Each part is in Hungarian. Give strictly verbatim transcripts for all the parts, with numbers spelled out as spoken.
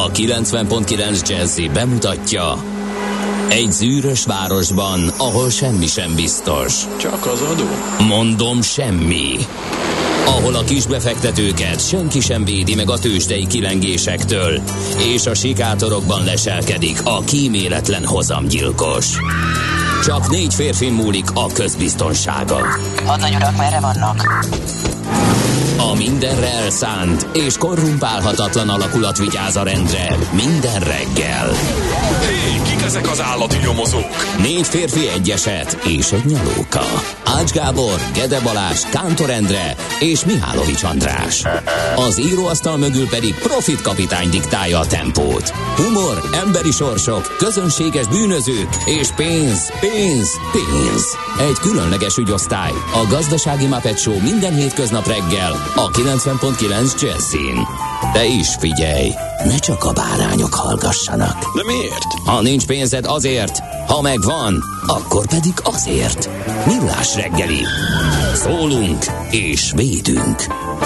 A kilencven pont kilenc Jazzy bemutatja: egy zűrös városban, ahol semmi sem biztos. Csak az adó? Mondom, semmi. Ahol a kisbefektetőket senki sem védi meg a tőzsdei kilengésektől, és a sikátorokban leselkedik a kíméletlen hozamgyilkos. Csak négy férfin múlik a közbiztonsága. Hadnagy urak, merre vannak? A mindenre elszánt és korrumpálhatatlan alakulat vigyáz a rendre minden reggel. Hé, kik ezek az állati nyomozók? Négy férfi, egy eset és egy nyalóka. Ács Gábor, Gede Balázs, Kántor Endre és Mihálovics András. Az íróasztal mögül pedig Profit kapitány diktálja a tempót. Humor, emberi sorsok, közönséges bűnözők és pénz, pénz, pénz. Egy különleges ügyosztály, a Gazdasági Muppet Show minden hétköznap reggel a kilencven pont kilenc Jazzyn. De is figyelj, ne csak a bárányok hallgassanak. De miért? Ha nincs pénzed, azért, ha megvan, akkor pedig azért. Millás reggeli. Szólunk és védünk.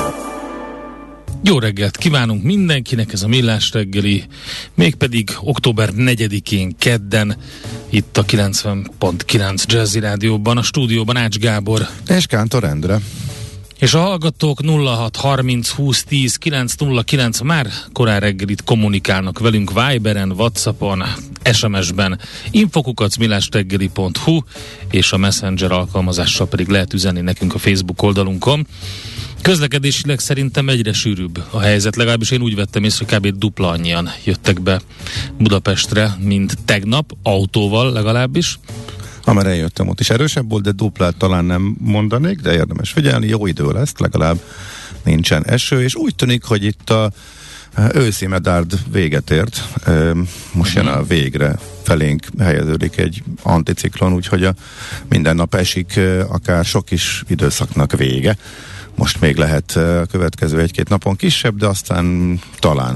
Jó reggelt kívánunk mindenkinek, ez a Millás reggeli, mégpedig október negyedikén kedden, itt a kilencven pont kilenc Jazzy Rádióban, a stúdióban Ács Gábor és Kántor Endre. És a hallgatók nulla hat harminc húsz tíz kilenc nulla kilenc már korán reggelit kommunikálnak velünk Viberen, Whatsappon, es em es-ben, infokukac millásreggeli pont hu, és a Messenger alkalmazással pedig lehet üzenni nekünk a Facebook oldalunkon. Közlekedésileg szerintem egyre sűrűbb a helyzet, legalábbis én úgy vettem észre, hogy kb. Dupla annyian jöttek be Budapestre, mint tegnap, autóval legalábbis. Amerre eljöttem, ott is erősebb volt, de duplát talán nem mondanék, de érdemes figyelni, jó idő lesz, legalább nincsen eső, és úgy tűnik, hogy itt a őszi medárd véget ért, most jön a végre felénk helyeződik egy anticiklon, úgyhogy a minden nap esik, akár sok is időszaknak vége. Most még lehet a következő egy-két napon kisebb, de aztán talán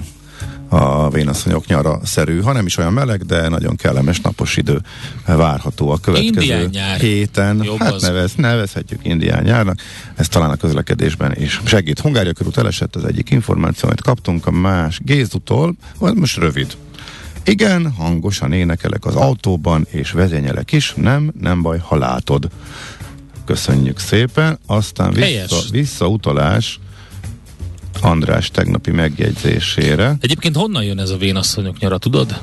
a vénasszonyok nyara-szerű, ha nem is olyan meleg, de nagyon kellemes napos idő várható a következő héten. Jobb hát az. nevez, nevezhetjük indián nyárnak. Ez talán a közlekedésben is segít. Hungária körút elesett az egyik információ, amit kaptunk, a más Gézutól, most rövid. Igen, hangosan énekelek az autóban, és vezényelek is. Nem, nem baj, ha látod. Köszönjük szépen. Aztán vissza, visszautalás András tegnapi megjegyzésére. Egyébként honnan jön ez a vénasszonyok nyara, tudod?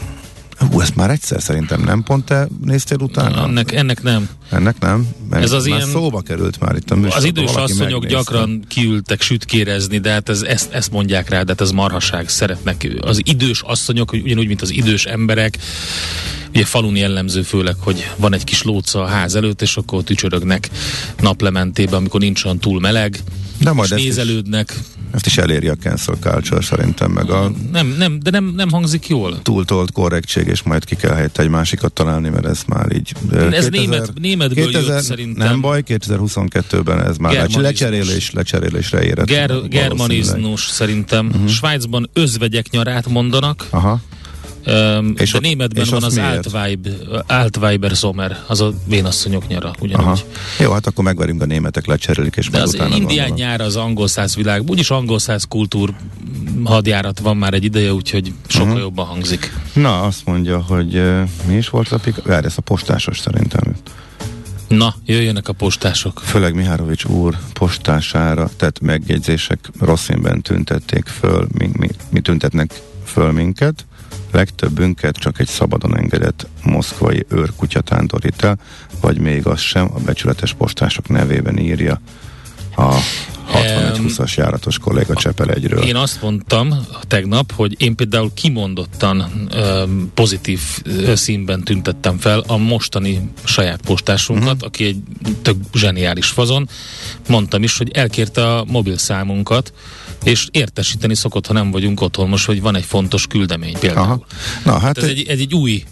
Hú, ezt már egyszer szerintem nem pont te néztél utána? Ennek, ennek nem. Ennek nem? Mert ez az már ilyen, szóba került már itt a műsorban. az idős asszonyok gyakran kiültek sütkérezni, de hát ez, ezt, ezt mondják rá, de hát ez marhaság, szeretnek. Az idős asszonyok, ugyanúgy, mint az idős emberek, ugye falun jellemző főleg, hogy van egy kis lóca a ház előtt, és akkor tücsörögnek naplementében, amikor nincs olyan túl meleg, de majd és nézelődnek. Is, ezt is eléri a cancel culture szerintem, meg a nem, nem, de nem, nem hangzik jól. Túltolt korrektség, és majd ki kell helyett egy másikat találni, mert ez már így ez kétezer, német, németből kétezer, jött szerintem. Nem baj, kétezer-huszonkettőben ez már lecserélés, lecserélésre érett. Ger, germanizmus szerintem. Uh-huh. Svájcban özvegyek nyarát mondanak. Aha. Um, és de a, németben és van az Altweiber Sommer, az a vénasszonyok nyara, ugyanúgy. Jó, hát akkor megverünk, a németek lecserélik, és de az indián nyár az angol száz világ, úgyis angol száz kultúr hadjárat van már egy ideje, úgyhogy sokkal uh-huh. jobban hangzik. Na, azt mondja, hogy uh, mi is volt a pik... Várj, ez a postásos szerintem. Na, jöjjenek a postások. Főleg Mihálovics úr postására tett megjegyzések rossz színben tüntették föl, mi, mi, mi tüntetnek föl minket. Legtöbbünket csak egy szabadon engedett moszkvai őrkutya tántorít el, vagy még az sem, a becsületes postások nevében írja a hatvanegy húszas járatos kolléga Csepelegyről. Én azt mondtam tegnap, hogy én például kimondottan um, pozitív színben tüntettem fel a mostani saját postásunkat, uh-huh. aki egy tök zseniális fazon. Mondtam is, hogy elkérte a mobilszámunkat, és értesíteni szokott, ha nem vagyunk otthon most, hogy van egy fontos küldemény például. Aha. Na, hát ez egy, egy, egy új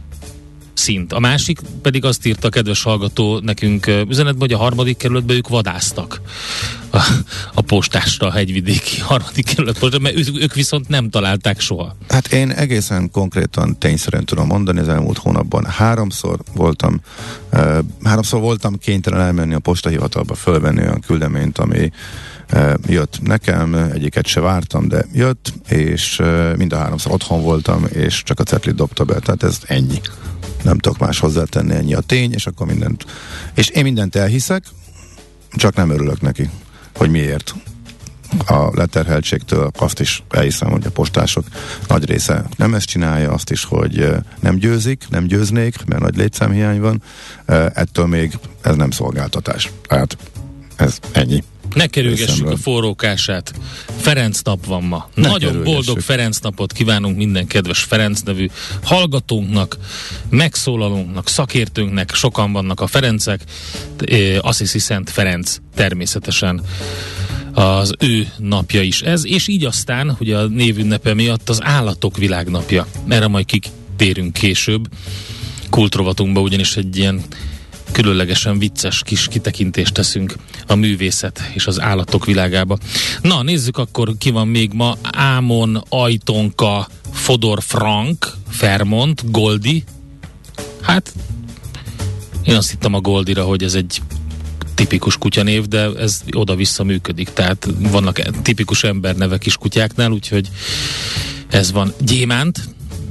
szint. A másik pedig azt írta a kedves hallgató nekünk üzenetben, hogy a harmadik kerületben ők vadásztak a, a postásra, a hegyvidéki harmadik kerület postásra, mert ők, ők viszont nem találták soha. Hát én egészen konkrétan tényszerűen tudom mondani, az elmúlt hónapban háromszor voltam uh, háromszor voltam kénytelen elmenni a postahivatalba, fölvenni olyan küldeményt, ami jött nekem, egyiket se vártam, de jött, és mind a háromszor otthon voltam, és csak a cetlit dobta be, tehát ez ennyi. Nem tudok más hozzátenni, ennyi a tény, és akkor mindent. És én mindent elhiszek, csak nem örülök neki, hogy miért. A leterheltségtől azt is elhiszem, hogy a postások nagy része nem ezt csinálja, azt is, hogy nem győzik, nem győznék, mert nagy létszámhiány van, ettől még ez nem szolgáltatás. Tehát ez ennyi. Ne kerülgessük a forrókását. Ferenc nap van ma. Ne Nagyon boldog Ferenc napot kívánunk minden kedves Ferenc nevű hallgatónknak, megszólalónknak, szakértőnknek, sokan vannak a Ferencek, Assisi Szent Ferenc természetesen az ő napja is ez, és így aztán, ugye a névünnepe miatt az állatok világnapja. Erre majd kitérünk később. Kultrovatunkba ugyanis egy ilyen különlegesen vicces kis kitekintést teszünk a művészet és az állatok világába. Na, nézzük akkor, ki van még ma. Ámon, Ajtonka, Fodor Frank, Fermont, Goldi. Hát, én azt hittem a Goldira, hogy ez egy tipikus kutyanév, de ez oda-vissza működik. Tehát vannak tipikus embernevek is kutyáknál, úgyhogy ez van. Gyémánt.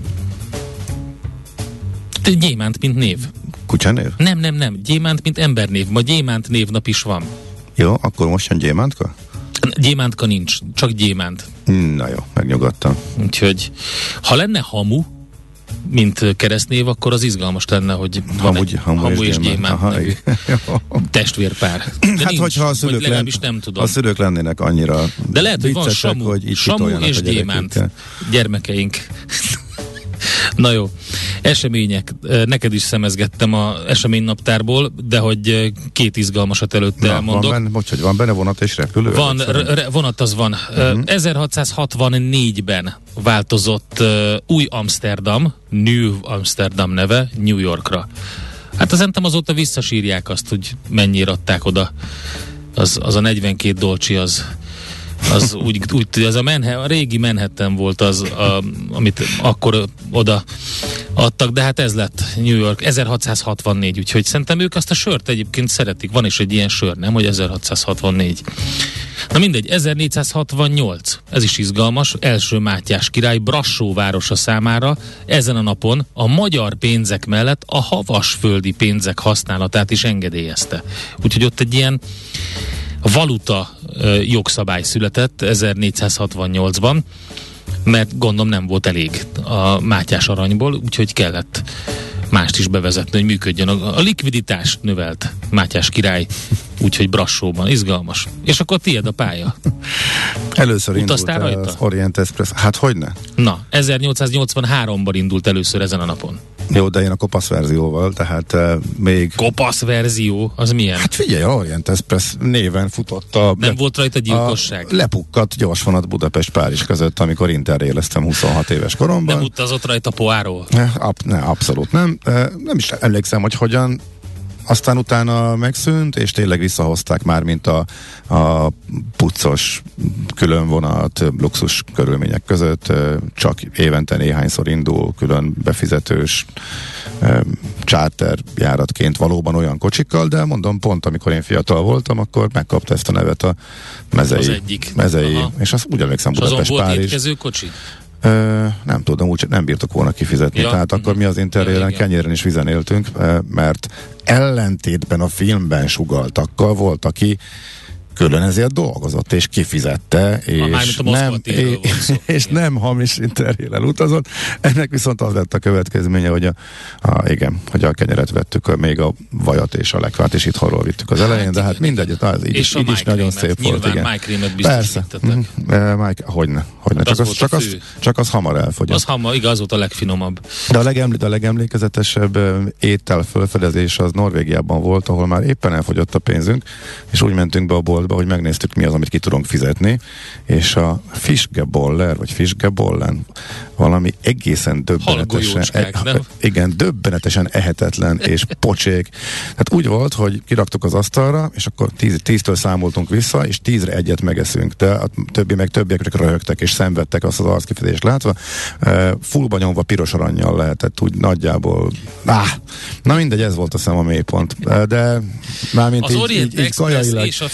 Gyémánt, mint név. Kutyanév? Nem, nem, nem. Gyémánt, mint embernév. Ma Gyémánt névnap is van. Jó, akkor most jön Gyémántka? Gyémántka nincs, csak Gyémánt. Na jó, megnyugodtam. Úgyhogy, ha lenne Hamu, mint keresztnév, akkor az izgalmas lenne, hogy van hamu, egy hamu, hamu és, és Gyémánt Aha, nevű testvérpár. De hát nincs, hogyha a szülők, lenn, nem tudom. a szülők lennének annyira de lehet, hogy van Samu, hogy Samu és Gyémánt gyermekeink. Na jó, események. Neked is szemezgettem a eseménynaptárból, de hogy két izgalmasat előtte Na, elmondok. Van benne, bocs, hogy van benne vonat és repülő? Van, re, vonat az van. Uh-huh. ezerhatszázhatvannégyben változott uh, új Amsterdam, New Amsterdam neve New Yorkra. Hát az nem azóta visszasírják azt, hogy mennyire adták oda. Az, az a negyvenkét dolcsi az az úgy, úgy az a, Manhattan, a régi Manhattan volt az, a, amit akkor oda adtak, de hát ez lett New York, ezerhatszázhatvannégy, úgyhogy szerintem ők azt a sört egyébként szeretik. Van is egy ilyen sör, nem, hogy ezerhatszázhatvannégy. Na mindegy, ezernégyszázhatvannyolc, ez is izgalmas, első Mátyás király Brassó városa számára ezen a napon a magyar pénzek mellett a havasföldi pénzek használatát is engedélyezte. Úgyhogy ott egy ilyen valuta uh, jogszabály született ezernégyszázhatvannyolcban, mert gondolom nem volt elég a Mátyás aranyból, úgyhogy kellett mást is bevezetni, hogy működjön. A, a likviditást növelt Mátyás király, úgyhogy Brassóban. Izgalmas. És akkor tiéd a pálya. Először Utaztál indult rajta? Az Orient Express. Hát hogyne? Na, ezernyolcszáznyolcvanháromban indult először ezen a napon. Jó, de én a kopasz verzióval, tehát uh, még... Kopasz verzió? Az milyen? Hát figyelj, Orient Express néven futott a... Nem le, volt rajta gyilkosság? A lepukkadt gyorsvonat Budapest-Párizs között, amikor interréleztem huszonhat éves koromban. Nem utazott rajta Poirot? Ne, ab, ne, abszolút nem. Nem is emlékszem, hogy hogyan. Aztán utána megszűnt, és tényleg visszahozták már, mint a, a puccos különvonat luxus körülmények között, csak évente néhányszor indul külön befizetős charter járatként valóban olyan kocsikkal, de mondom, pont amikor én fiatal voltam, akkor megkapta ezt a nevet a mezei. Az egyik. Mezei, és azt úgy emlékszem, Budapest, Párizs. Azon volt étkező kocsi? Ö, nem tudom, úgy nem bírtok volna kifizetni. Ja. Tehát akkor mi az Interrailen kenyéren is vizen éltünk, mert ellentétben a filmben sugaltakkal volt, aki külön ezért dolgozott, és kifizette, és, nem, és, és nem hamis Interrail-el utazott. Ennek viszont az lett a következménye, hogy a, a, igen, hogy a kenyeret vettük, még a vajat és a lekvárt, és itthonról vittük az elején, hát, de hát mindegy, az így, és így is nagyon szép volt. Nyilván májkrémet biztosítettek. Mm-hmm. Hogyne, hogyne. Csak, az, csak, az, csak az hamar elfogyott. Az hamar, igaz, az volt a legfinomabb. De a, legeml- de a legemlékezetesebb étel fölfedezés az Norvégiában volt, ahol már éppen elfogyott a pénzünk, és úgy mentünk be a boltba, hogy megnéztük, mi az, amit ki tudunk fizetni, és a fiskeboller, vagy fiskebollán valami egészen döbbenetesen, e, igen, döbbenetesen ehetetlen és pocsék. Tehát úgy volt, hogy kiraktuk az asztalra, és akkor tíz, tíztől számoltunk vissza, és tízre egyet megeszünk, de a többi meg többiek röhögtek és szenvedtek azt az arckifejezést látva. Uh, fullba nyomva piros arannyal lehetett úgy nagyjából. Ah, na mindegy, ez volt a szem a mélypont. Uh, de mármint az így, Orient így, így Express és a fiskeboller.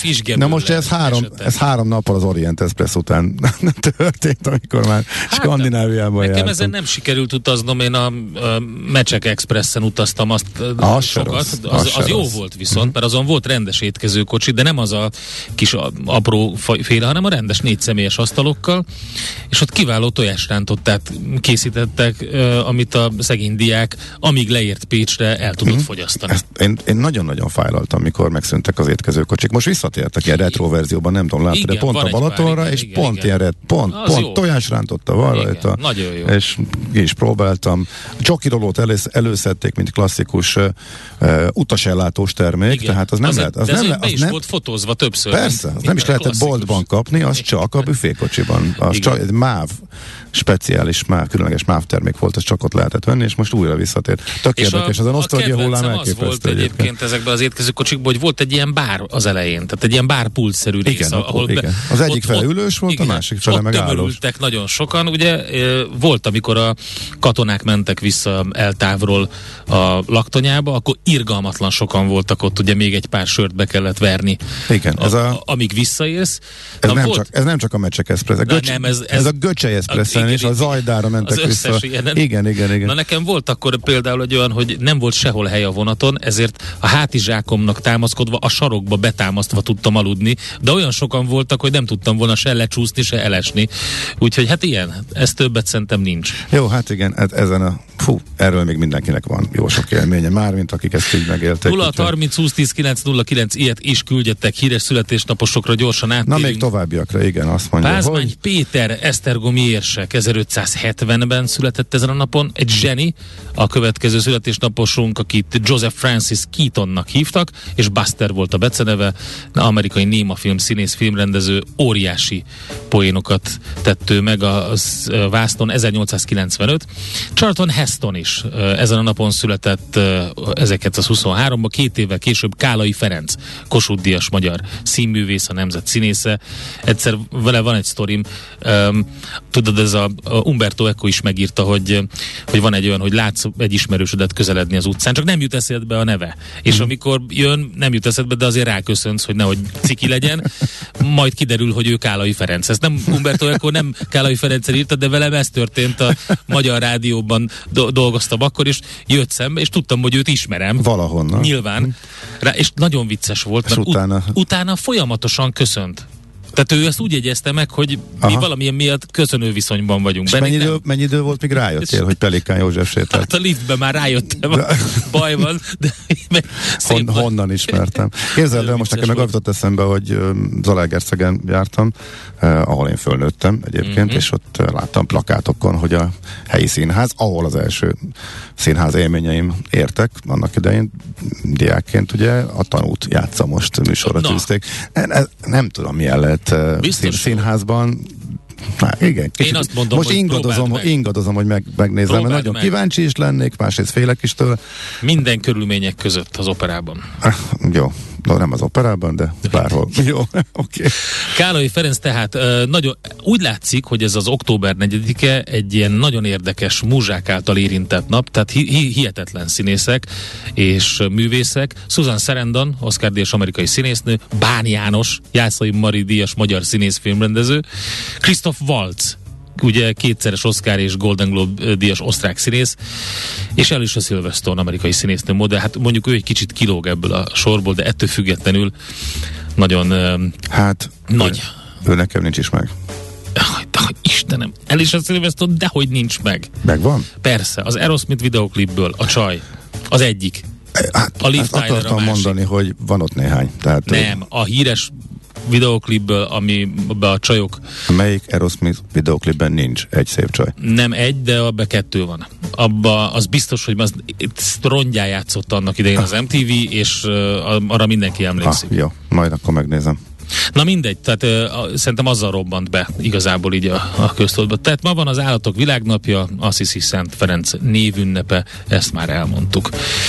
Na most ez három, ez három nappal az Orient Express után történt, amikor már hát Skandináviában nekem jártam. ezen nem sikerült utaznom, én a, a Mecsek Expressen utaztam azt az sokat, rossz, az, az, az jó volt viszont, mert azon volt rendes étkezőkocsi, de nem az a kis apró féle, hanem a rendes négy személyes asztalokkal, és ott kiváló tojásrántottát készítettek, amit a szegény diák, amíg leért Pécsre, el tudott hmm. fogyasztani. Ezt én, én nagyon-nagyon fájlaltam, mikor megszűntek az étkezőkocsik. Most visszatértek ilyen retro verzióban, nem tudom, láttad, de pont a Balatonra, pár, igen, és igen, pont igen. ilyen ret, pont, pont tojásrántotta van rajta. Nagyon jó. És is próbáltam. Csokirolót elősz, előszedték, mint klasszikus uh, utasellátós termék, igen. tehát az nem az lehet. Az de nem ez le, be az is nem, volt fotózva többször. Persze, az nem is lehetett klasszikus. Boltban kapni, az igen. csak a büfékocsiban. Az csak egy MÁV, speciális MÁV, különleges MÁV termék volt, az csak ott lehetett venni, és most újra visszatért. Tök és érdekes, az a nosztalgia hullám elképesztő. Az volt egyébként ezekben az étkezőkocsikban, hogy volt egy ilyen bár az elején, tehát egy ilyen bárpultszerű rész. Igen, ahol igen. Be, az egyik fele ülős volt, igen, a másik fele meg állós. Ott nagyon sokan, ugye volt, amikor a katonák mentek vissza eltávról a laktanyába, akkor irgalmatlan sokan voltak ott, ugye még egy pár sört be kellett verni, igen, ez a, a, amíg visszaérsz. Ez, nem csak, ez nem csak a Mecsek Express, a göcs, nem, ez, ez, ez a Göcsei Expressen és a Zajdára mentek vissza. Ilyen, igen, igen, igen. Na nekem volt akkor például egy olyan, hogy nem volt sehol hely a vonaton, ezért a hátizsákomnak támaszkodva, a sarokba betámasztva tudtam aludni, de olyan sokan voltak, hogy nem tudtam volna se lecsúszni, se elesni. Úgyhogy hát ilyen, ez többet szerintem nincs. Jó, hát igen, hát ezen a, fú, erről még mindenkinek van jó sok élménye már, mint akik ezt így megéltek. nulla harminc húsz tíz kilenc nulla kilenc ilyet is küldjetek híres születésnaposokra, gyorsan áttérünk. Na még továbbiakra, igen, azt mondja, Pázmány hogy... Péter esztergomi érsek ezerötszázhetvenben született ezen a napon, egy zseni, a következő születésnaposunk, akit Joseph Francis Keatonnak hívtak, és Buster volt a beceneve, amerikai némafilm színész, filmrendező, óriási poénokat tett ő meg a, a vászton ezernyolcszázkilencvenöt. Charlton Heston is ezen a napon született ezerkilencszázhuszonháromban, két évvel később Kálai Ferenc, Kossuth Díjas magyar színművész, a nemzet színésze. Egyszer vele van egy sztorim, um, tudod, ez a, a Umberto Eco is megírta, hogy, hogy van egy olyan, hogy látsz egy ismerősödet közeledni az utcán, csak nem jut eszedbe a neve. És amikor jön, nem jut eszedbe, de azért ráköszönsz, hogy nehogy ciki legyen, majd kiderül, hogy ő Kálai Ferenc. Ez nem Umberto Eco, nem Kálai Ferenccel írta, de velem ez történt, a Magyar Rádióban do- dolgoztam akkor, és jött szembe, és tudtam, hogy őt ismerem. Valahonnan. Nyilván. Rá, és nagyon vicces volt, mert utána... Ut- utána folyamatosan köszönt. Tehát ő ezt úgy jegyezte meg, hogy Aha. mi valamilyen miatt köszönő viszonyban vagyunk. És mennyi idő, mennyi idő volt, míg rájöttél, hogy Pelikán József sétált? Hát a liftben már rájöttem, baj van, de Hon, honnan ismertem. Képzeld el, most nekem meg jutott eszembe, hogy Zalaegerszegen jártam, eh, ahol én fölnőttem egyébként, mm-hmm. és ott láttam plakátokon, hogy a helyi színház, ahol az első színház élményeim értek, annak idején diákként ugye a Tanút játsza most műsorra tűzték. Nem tudom, milyen lehet szín, színházban. Na, igen, én azt mondom, most hogy ingadozom, hogy, ingadozom, hogy meg, megnézem, mert nagyon meg. kíváncsi is lennék, másrészt félek is tőle. Minden körülmények között az operában. Ah, jó, no, nem az operában, de bárhol. Jó, oké. Okay. Kálai Ferenc tehát uh, nagyon, úgy látszik, hogy ez az október negyedike egy ilyen nagyon érdekes múzsák által érintett nap, tehát hi- hi- hihetetlen színészek és művészek. Susan Sarandon, Oscar-díjas amerikai színésznő, Bán János, Jászai Mari díjas magyar színész filmrendező, Christoph Waltz, ugye kétszeres Oscar és Golden Globe díjas osztrák színész, és Alicia Silverstone, amerikai színésznő modell. Hát mondjuk ő egy kicsit kilóg ebből a sorból, de ettől függetlenül nagyon hát, nagy. Ő, ő nekem nincs is meg. De, de, Istenem, Alicia Silverstone, dehogy nincs meg. Megvan? Persze, az Aerosmith videoklipből, a csaj, az egyik. Hát, a Liv Tyler akartam a mondani, hogy van ott néhány. Tehát nem, ő... a híres videoklipből, amiben a csajok... Melyik Aerosmith videoklipben nincs egy szép csaj? Nem egy, de abban kettő van. Abba az biztos, hogy az rongyá játszott annak idején az em té vé, és uh, arra mindenki emlékszik. Ah, jó, majd akkor megnézem. Na mindegy, tehát uh, szerintem azzal robbant be igazából így a, a köztudatba. Tehát ma van az Állatok Világnapja, Assisi Szent Ferenc névünnepe, ezt már elmondtuk.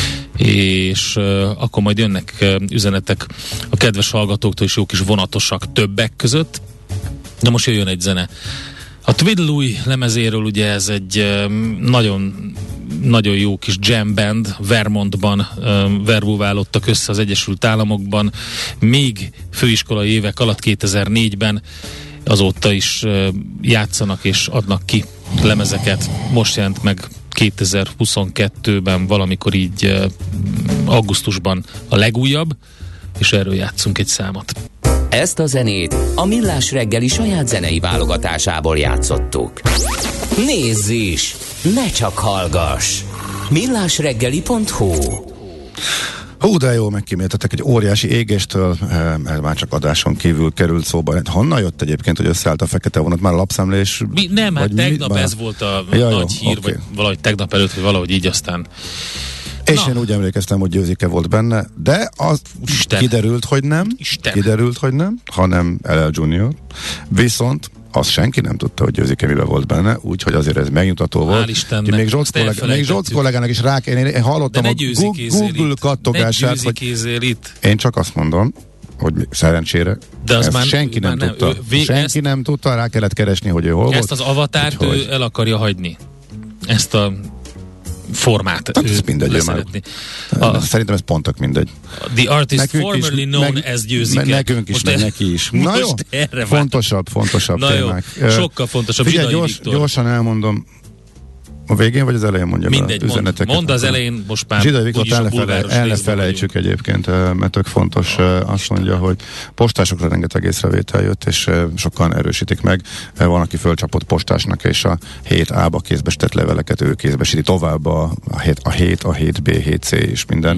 És uh, akkor majd jönnek uh, üzenetek a kedves hallgatóktól is, jó kis vonatosak többek között. De most jöjjön egy zene. A Twiddle lemezéről ugye ez egy uh, nagyon nagyon jó kis jam band Vermontban verbúválódtak össze az Egyesült Államokban, még főiskolai évek alatt kétezer-négyben, azóta is játszanak és adnak ki lemezeket. Most jelent meg kétezer-huszonkettőben valamikor így augusztusban a legújabb, és erről játszunk egy számot. Ezt a zenét a Millás reggeli saját zenei válogatásából játszottuk. Nézz is! Ne csak hallgass! millásreggeli pont hu. Hú, de jó, megkíméltetek egy óriási égéstől, ez már csak adáson kívül került szóba. Honnan jött egyébként, hogy összeállt a fekete vonat? Már a lapszemlés? Mi, nem, hát tegnap mi, ez volt a ja, nagy jó, hír, okay. vagy valahogy tegnap előtt, vagy valahogy így aztán. És Na. én úgy emlékeztem, hogy Győzike volt benne, de az Isten. kiderült, hogy nem. Isten. Kiderült, hogy nem, hanem el el Junior. Viszont azt senki nem tudta, hogy Győzike miben volt benne, úgyhogy azért ez megnyugtató volt. Istennek, még Zsolc, kollega, még Zsolc kollégának is rá én, én hallottam a Google kattogását, hogy itt. én csak azt mondom, hogy szerencsére de az ezt már, senki már nem, nem tudta. Ő, vég, senki ezt, nem tudta, rá kellett keresni, hogy ő hol ezt volt. az avatárt úgyhogy... ő el akarja hagyni. Ezt a formát. Tehát ez mindegy, leszeretni. A, szerintem ez pontok mindegy. The artist nekünk formerly is, known meg, as Győzike. Nekünk is, most meg er, neki is. Na jó, fontosabb, fontosabb Na témák. Jó, sokkal fontosabb. Figyelj, Zsidai gyors, Viktor. Gyorsan elmondom, a végén vagy az elején mondjam mindegy, az üzeneteket? Mond, mond az elején, most már Zsidai Viktort el, bulváros el ne felejtsük egyébként, mert tök fontos, oh, azt mondja, Isten. Hogy postásokra rengeteg észrevétel jött, és sokan erősítik meg. Van, aki fölcsapott postásnak, és a hét A-ba kézbesített leveleket ő kézbesíti tovább a, a hét, a hét, a hét B, hét C és minden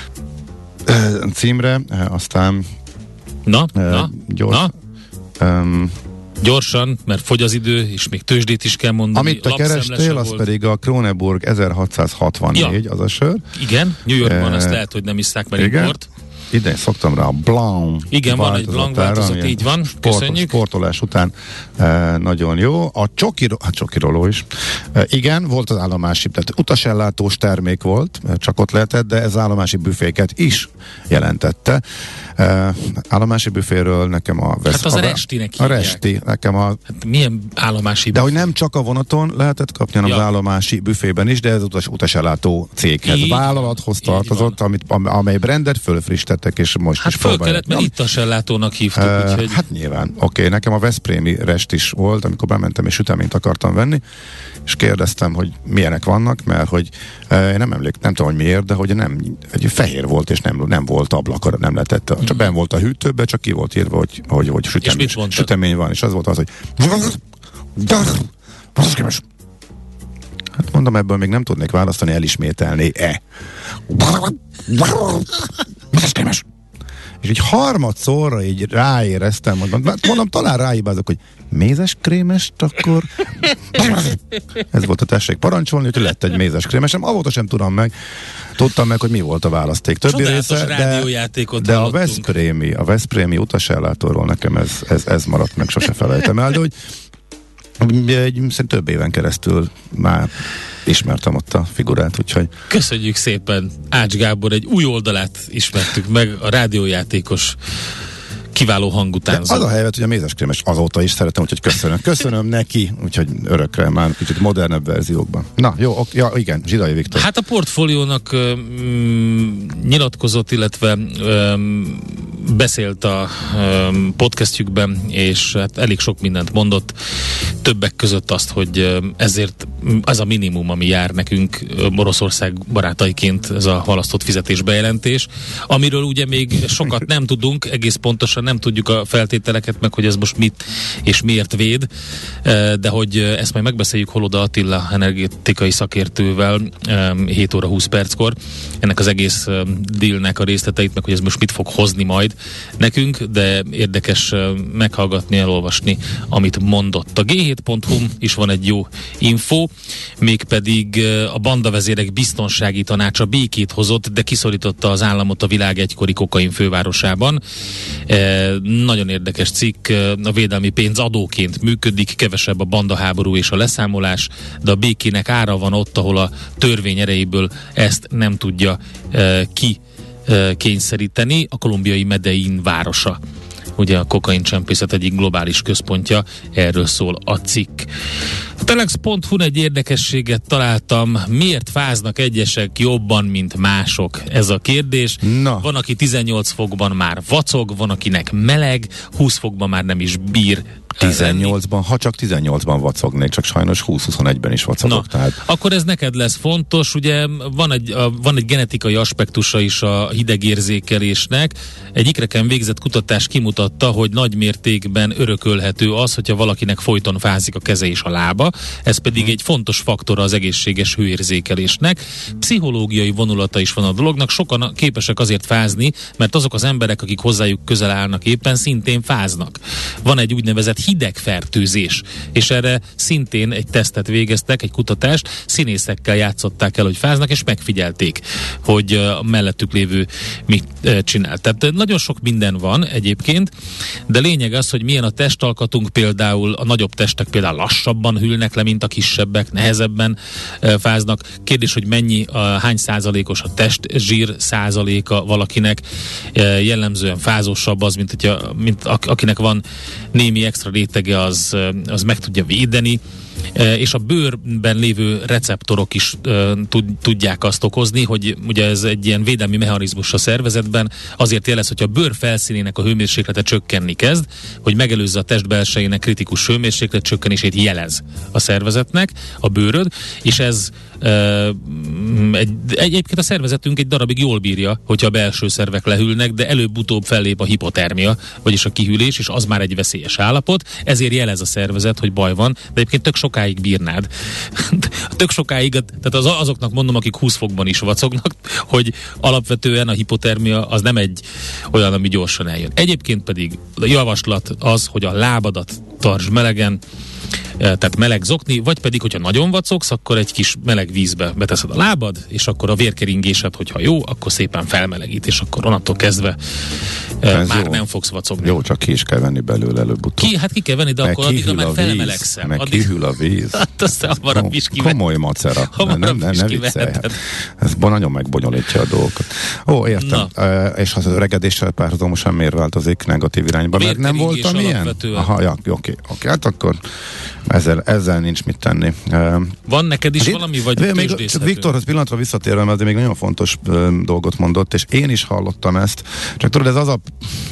uh-huh. címre, aztán na, uh, na, gyors, na. Um, Gyorsan, mert fogy az idő, és még tőzsdét is kell mondani. Amit te kerestél, az volt. Pedig a Kronenburg ezerhatszázhatvannégy, ja. Az a sör. Igen, New Yorkban e, azt lehet, hogy nem iszták, mert igen. import. Idén szoktam rá a Blanc. Igen, van egy Blanc változat, így van, sport, köszönjük. Sportolás után e, nagyon jó. A csokiro, hát csokiroló is. E, igen, volt az állomási, tehát utasellátós termék volt, csak ott lehetett, de ez állomási büféket is jelentette. E, állomási büféről nekem a... Vesz, hát az a, a restinek hívják. A resti, nekem a... Hát milyen állomási De büfé? hogy nem csak a vonaton lehetett kapni, hanem ja. az állomási büfében is, de ez utas, utasellátó céghez. Így, vállalathoz tartozott, amit, amely brandet fölfrissítettek, és most hát is föl kellett, mert itt a sellátónak hívtuk. Uh, úgyhogy... Hát nyilván. Oké, okay, nekem a veszprémi rest is volt, amikor bementem és süteményt akartam venni, és kérdeztem, hogy milyenek vannak, mert hogy uh, én nem emlékszem, nem tudom, hogy miért, de hogy nem, egy fehér volt, és nem, nem volt ablak, nem lehetett, csak benn volt a hűtőben, csak ki volt írva, hogy, hogy, hogy sütemény, sütemény van, és az volt az, hogy hát mondom, ebből még nem tudnék választani, elismételni-e. És így harmadszorra így ráéreztem, mondom, mondom talán ráhibázok, hogy mézeskrémest, akkor ez volt a tessék parancsolni, úgyhogy lett egy mézeskrémesem, avóta sem tudom meg, tudtam meg, hogy mi volt a választék. Többi része, de, de a veszprémi, a veszprémi utasellátóról nekem ez, ez, ez maradt meg, sose felejtem el, de hogy egy, szerintem több éven keresztül már ismertem ott a figurát, úgyhogy... Köszönjük szépen, Ács Gábor, egy új oldalát ismertük meg, a rádiójátékos kiváló hangutánzó. Az a helyet, hogy a mézeskrémes azóta is szeretem, úgyhogy köszönöm. Köszönöm neki, úgyhogy örökre már kicsit modernebb verziókban. Na, jó, ok, ja, igen, Zsidai Viktor. Hát a portfóliónak um, nyilatkozott, illetve um, beszélt a um, podcastjükben, és hát elég sok mindent mondott. Többek között azt, hogy ezért ez a minimum, ami jár nekünk Oroszország barátaiként, ez a halasztott fizetésbejelentés, amiről ugye még sokat nem tudunk, egész pontosan nem tudjuk a feltételeket, meg hogy ez most mit és miért véd, de hogy ezt majd megbeszéljük Holoda Attila energetikai szakértővel hét óra húsz perckor, ennek az egész dealnek a részleteit, meg hogy ez most mit fog hozni majd nekünk, de érdekes meghallgatni, elolvasni, amit mondott. A gé hét pont hu is van egy jó info, mégpedig a bandavezérek biztonsági tanácsa békét hozott, de kiszorította az államot a világ egykori kokain fővárosában. E, nagyon érdekes cikk, a védelmi pénz adóként működik, kevesebb a bandaháború és a leszámolás, de a békének ára van ott, ahol a törvény erejéből ezt nem tudja e, ki e, kényszeríteni, a kolumbiai Medellín városa. ugye a kokaincsempészet egyik globális központja, erről szól a cikk. A telex pont hu egy érdekességet találtam, miért fáznak egyesek jobban, mint mások? Ez a kérdés. Na. Van, aki tizennyolc fokban már vacog, van, akinek meleg, húsz fokban már nem is bír tizennyolcban, ha csak tizennyolcban vacognék, csak sajnos húsz-huszonegyben is vacogok. Na, tehát. akkor ez neked lesz fontos, ugye van egy, a, van egy genetikai aspektusa is a hidegérzékelésnek. Egy ikreken végzett kutatás kimutatta, hogy nagy mértékben örökölhető az, hogyha valakinek folyton fázik a keze és a lába, ez pedig hmm. egy fontos faktora az egészséges hőérzékelésnek. Pszichológiai vonulata is van a dolognak, sokan képesek azért fázni, mert azok az emberek, akik hozzájuk közel állnak éppen, szintén fáznak. Van egy úgynevezett hidegfertőzés, és erre szintén egy tesztet végeztek, egy kutatást, színészekkel játszották el, hogy fáznak, és megfigyelték, hogy a mellettük lévő mit csinál. Tehát nagyon sok minden van egyébként, de lényeg az, hogy milyen a testalkatunk, például a nagyobb testek például lassabban hűlnek le, mint a kisebbek, nehezebben fáznak. Kérdés, hogy mennyi, a, hány százalékos a testzsír százaléka valakinek, jellemzően fázósabb az, mint, hogyha, mint akinek van némi extra rétege, az, az meg tudja védeni, és a bőrben lévő receptorok is tudják azt okozni, hogy ugye ez egy ilyen védelmi mechanizmus a szervezetben, azért jelez, hogy a bőr felszínének a hőmérséklete csökkenni kezd, hogy megelőzze a test belsejének kritikus hőmérséklet csökkenését jelez a szervezetnek, a bőröd, és ez egy, egyébként a szervezetünk egy darabig jól bírja, hogyha a belső szervek lehűlnek, de előbb-utóbb fellép a hipotermia, vagyis a kihűlés, és az már egy veszélyes állapot, ezért jelez a szervezet, hogy baj van, de egyébként tök sokáig bírnád. Tök sokáig, tehát az, azoknak mondom, akik húsz fokban is vacognak, hogy alapvetően a hipotermia az nem egy olyan, ami gyorsan eljön. Egyébként pedig a javaslat az, hogy a lábadat tartsd melegen, tehát meleg zokni, vagy pedig, hogyha nagyon vacogsz, akkor egy kis meleg vízbe beteszed a lábad, és akkor a vérkeringésed, hogyha jó, akkor szépen felmelegít, és akkor onnantól kezdve Ez már jó. nem fogsz vacogni. Jó, csak ki is kell venni belőle előbb-utóbb. Ki, hát ki kell venni, de meg akkor addigra már felmelegszem. Meg addig... kihűl a víz. Hát aztán hamarabb is kivehet. Komoly macera. Nem, nem, nem, nem viccelj. Ez nagyon megbonyolítja a dolgokat. Ó, értem. Uh, és az öregedéssel párhuzamosan miért változik negatív irányba? Mert nem voltam ilyen? Aha, ja, oké, oké, hát akkor ezzel, ezzel nincs mit tenni. Uh, Van neked is hát valami, vagy tőzsdészhető? Viktorhoz pillanatra visszatérve, mert még nagyon fontos uh, dolgot mondott, és én is hallottam ezt. Csak tudod, ez az a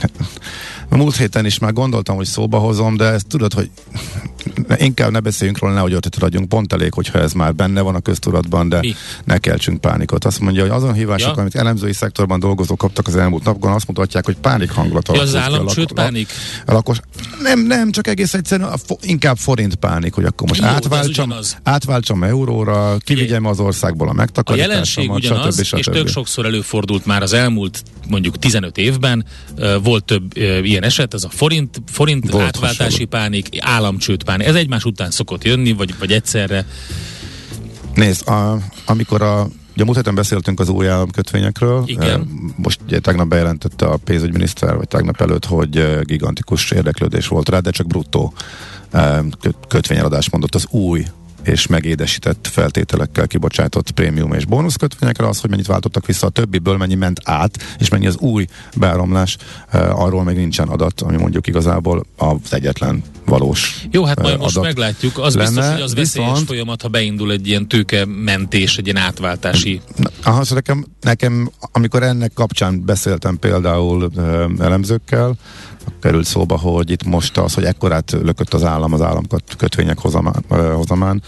A múlt héten is már gondoltam, hogy szóba hozom, de ezt tudod, hogy inkább ne beszéljünk róla, nehogy ötletet adjunk, pont elég, hogyha ez már benne van a köztudatban, de Mi? ne keltsünk pánikot. Azt mondja, hogy azon hívások, ja. amit elemzői szektorban dolgozók kaptak az elmúlt napokon, azt mutatják, hogy pánik hangulat alakult. Ja, az állam, sőt, pánik? A lakos, nem, nem, csak egész egyszerűen fo- inkább forint pánik, hogy akkor most Jó, átváltsam, átváltsam euróra, kivigyem az országból a megtakarításomat, a jelenség ugyanaz, stb. stb. És tök sokszor előfordult már az elmúlt mondjuk tizenöt évben, volt több ilyen eset, ez a forint, forint átváltási hasonló. pánik, államcsőd pánik. Ez egymás után szokott jönni, vagy, vagy egyszerre. Nézd, a, amikor a ugye múlt héten beszéltünk az új államkötvényekről. Igen. Most ugye tegnap bejelentette a pénzügyminiszter, vagy tegnap előtt, hogy gigantikus érdeklődés volt rá, de csak bruttó kötvényeladást mondott az új és megédesített feltételekkel kibocsátott prémium és bónuszkötvényekre, az, hogy mennyit váltottak vissza a többiből, mennyi ment át, és mennyi az új beáramlás, uh, arról még nincsen adat, ami mondjuk igazából az egyetlen valós Jó, hát majd uh, most meglátjuk. Az lenne, biztos, hogy az veszélyes viszont, folyamat, ha beindul egy ilyen tőkementés, egy ilyen átváltási... Aha, szóval nekem, nekem, amikor ennek kapcsán beszéltem például uh, elemzőkkel, került szóba, hogy itt most az, hogy ekkorát lökött az állam az államkötvények hozamán, hozamán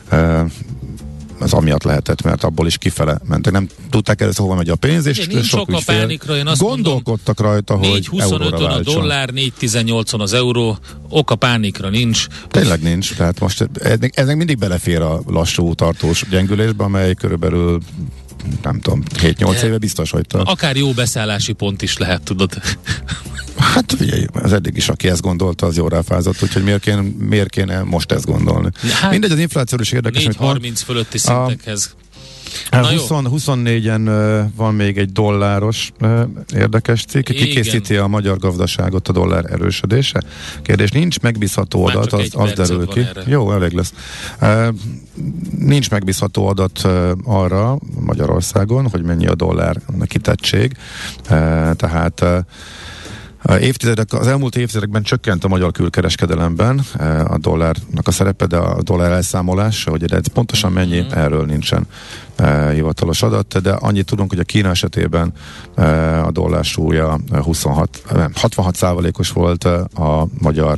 az amiatt lehetett, mert abból is kifele mentek. Nem tudták először, hova megy a pénz, és nincs sok a pánikra, én azt gondolkodtak mondom, rajta, hogy euróra váltson. a dollár, négy tizennyolcon az euró, oka pánikra nincs. Tényleg nincs, tehát most eznek mindig belefér a lassú tartós gyengülésbe, amely körülbelül nem tudom, hét-nyolc éve biztos, hogy tart. Akár jó beszállási pont is lehet, tudod. Hát figyelj, az eddig is, aki ezt gondolta, az jól ráfázott, úgyhogy miért kéne, miért kéne most ezt gondolni. Hát, mindegy, az infláció is érdekes. négy harminc fölötti szintekhez. húsz, huszonnégyen uh, van még egy dolláros uh, érdekes cikk. Kikészíti a magyar gazdaságot a dollár erősödése? Kérdés, nincs megbízható adat, az, az derül ki. Erre. Jó, elég lesz. Uh, nincs megbízható adat uh, arra Magyarországon, hogy mennyi a dollár kitettség. Uh, tehát uh, Évtizedek, az elmúlt évtizedekben csökkent a magyar külkereskedelemben a dollárnak a szerepe, de a dollár elszámolás, hogy ez pontosan mennyi, mm-hmm. erről nincsen e, hivatalos adat, de annyit tudunk, hogy a Kína esetében e, a dollár súlya huszonhat, nem, hatvanhat százalékos volt a magyar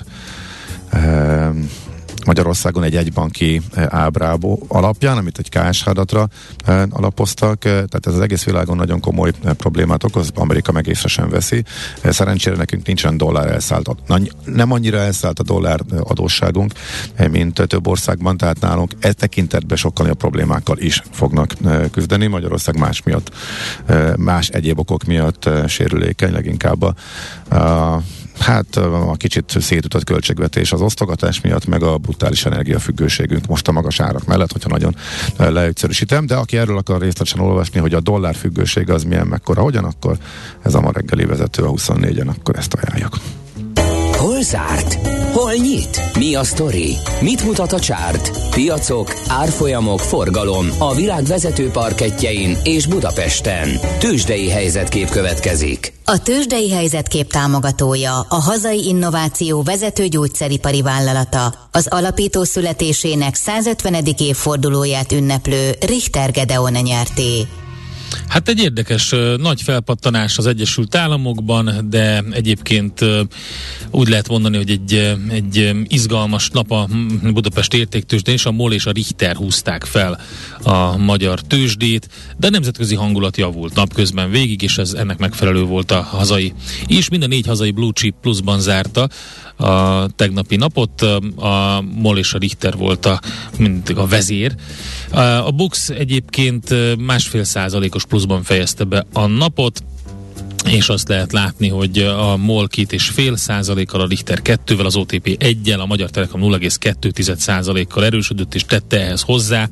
e, Magyarországon egy egybanki ábrából alapján, amit egy ká es há adatra alapoztak, tehát ez az egész világon nagyon komoly problémát okoz, Amerika meg észre sem veszi. Szerencsére nekünk nincsen dollár elszállt, nem annyira elszállt a dollár adósságunk, mint több országban, tehát nálunk e tekintetben sokkal nagyobb problémákkal is fognak küzdeni. Magyarország más miatt, más egyéb okok miatt sérülékeny, leginkább a, a hát a kicsit szétütött költségvetés az osztogatás miatt, meg a brutális energiafüggőségünk most a magas árak mellett, hogyha nagyon leegyszerűsítem, de aki erről akar részletesen olvasni, hogy a dollár függőség az milyen, mekkora, hogyan, akkor ez a ma reggeli vezető a huszonnégyen, akkor ezt ajánljuk. Hol zárt? Hol nyit? Mi a sztori? Mit mutat a csárt? Piacok, árfolyamok, forgalom a világ vezető parkettjein és Budapesten. Tőzsdei helyzetkép következik. A Tőzsdei helyzetkép támogatója a hazai innováció vezető gyógyszeripari vállalata, az alapító születésének százötvenedik évfordulóját ünneplő Richter Gedeon nyerté. Hát egy érdekes nagy felpattanás az Egyesült Államokban, de egyébként úgy lehet mondani, hogy egy, egy izgalmas nap a Budapest értéktőzsdén, és a MOL és a Richter húzták fel a magyar tőzsdét, de a nemzetközi hangulat javult napközben végig, és ez ennek megfelelő volt a hazai. És mind a négy hazai blue chip pluszban zárta a tegnapi napot, a MOL és a Richter volt a, mindig a vezér. A Bux egyébként másfél százalékos pluszban fejezte be a napot, és azt lehet látni, hogy a MOL két és fél százalékkal, a Richter kettővel, az o té pé egyel, a Magyar Telekom nulla egész kettő százalékkal erősödött, és tette ehhez hozzá.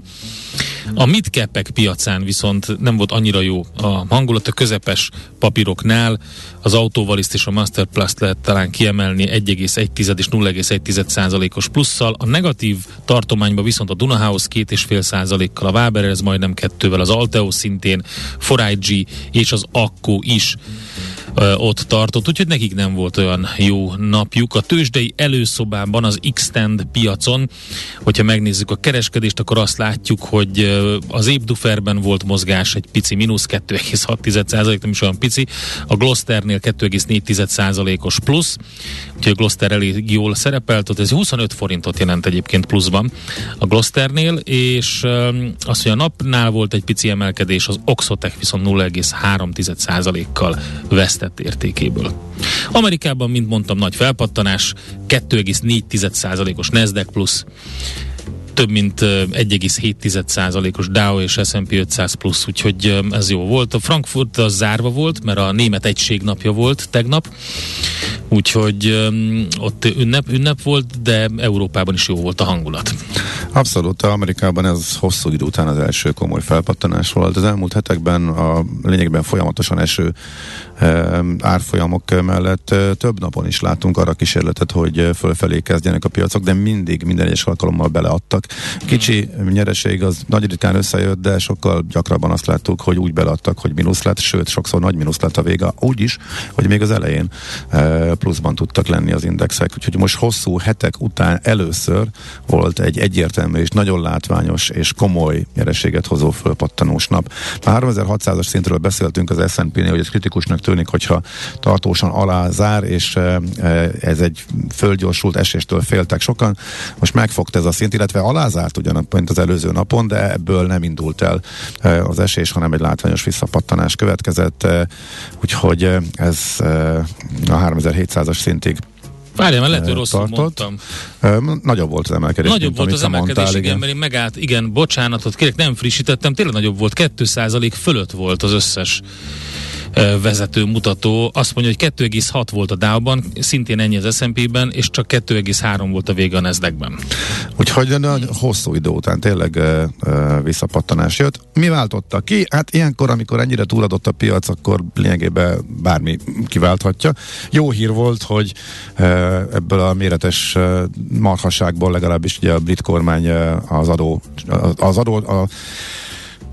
A midcapek piacán viszont nem volt annyira jó a hangulat, a közepes papíroknál az Autovaliszt és a Masterplast lehet talán kiemelni egy egész egy és nulla egész egy százalékos plusszal, a negatív tartományban viszont a Dunahouse két és fél százalékkal, a Waberers majdnem kettővel, az Alteo szintén, four i gé és az Akko is ö, ott tartott, úgyhogy nekik nem volt olyan jó napjuk. A tőzsdei előszobában az X-Tend piacon, hogyha megnézzük a kereskedést, akkor azt látjuk, hogy ö, az Épduferben volt mozgás, egy pici mínusz, kettő egész hat százalék, nem is olyan pici, a Glosternél kettő egész négy százalékos plusz, úgyhogy a Gloster elég jól szerepelt, ott ez huszonöt forintot jelent egyébként pluszban a Glosternél, és ö, az, hogy a napnál volt egy pici emelkedés, az Oxotec viszont nulla egész három százalékkal vesztett értékéből. Amerikában, mint mondtam, nagy felpattanás, kettő egész négy százalékos Nasdaq plusz, több mint egy egész hét százalékos Dow és es and pé ötszáz plusz, úgyhogy ez jó volt. A Frankfurt az zárva volt, mert a német egység napja volt tegnap, úgyhogy um, ott ünnep, ünnep volt, de Európában is jó volt a hangulat. Abszolút, Amerikában ez hosszú idő után az első komoly felpattanás volt. Az elmúlt hetekben a lényegben folyamatosan eső e, árfolyamok mellett e, több napon is látunk arra kísérletet, hogy fölfelé kezdjenek a piacok, de mindig minden egyes alkalommal beleadtak. Kicsi nyereség az nagy ritkán összejött, de sokkal gyakrabban azt láttuk, hogy úgy beleadtak, hogy mínusz lett, sőt, sokszor nagy mínusz lett a vége, úgy is, hogy még az elején e, pluszban tudtak lenni az indexek. Úgyhogy most hosszú hetek után először volt egy egyértelmű és nagyon látványos és komoly nyereséget hozó fölpattanós nap. A háromezer-hatszázas szintről beszéltünk az es and pé-nél, hogy ez kritikusnak tűnik, hogyha tartósan alá zár, és ez egy fölgyorsult eséstől féltek sokan. Most megfogta ez a szint, illetve alázárt ugyan, mint az előző napon, de ebből nem indult el az esés, hanem egy látványos visszapattanás következett. Úgyhogy ez a háromezer-hétszázas szintig Várjál, mert lehet, hogy rosszul mondtam. Nagyobb volt az emelkedés. Nagyobb volt az emelkedés, mondtál, igen, mert én megállt, igen, bocsánatot kérek, nem frissítettem, tényleg nagyobb volt, két százalék fölött volt az összes vezető mutató. Azt mondja, hogy kettő egész hat volt a Dow-ban, szintén ennyi az es and pé-ben, és csak kettő egész három volt a vége a Nasdaq-ben. Úgyhogy hosszú idő után tényleg uh, uh, visszapattanás jött. Mi váltotta ki? Hát ilyenkor, amikor ennyire túladott a piac, akkor lényegében bármi kiválthatja. Jó hír volt, hogy uh, ebből a méretes uh, marhasságból legalábbis ugye a brit kormány uh, az adó az adó a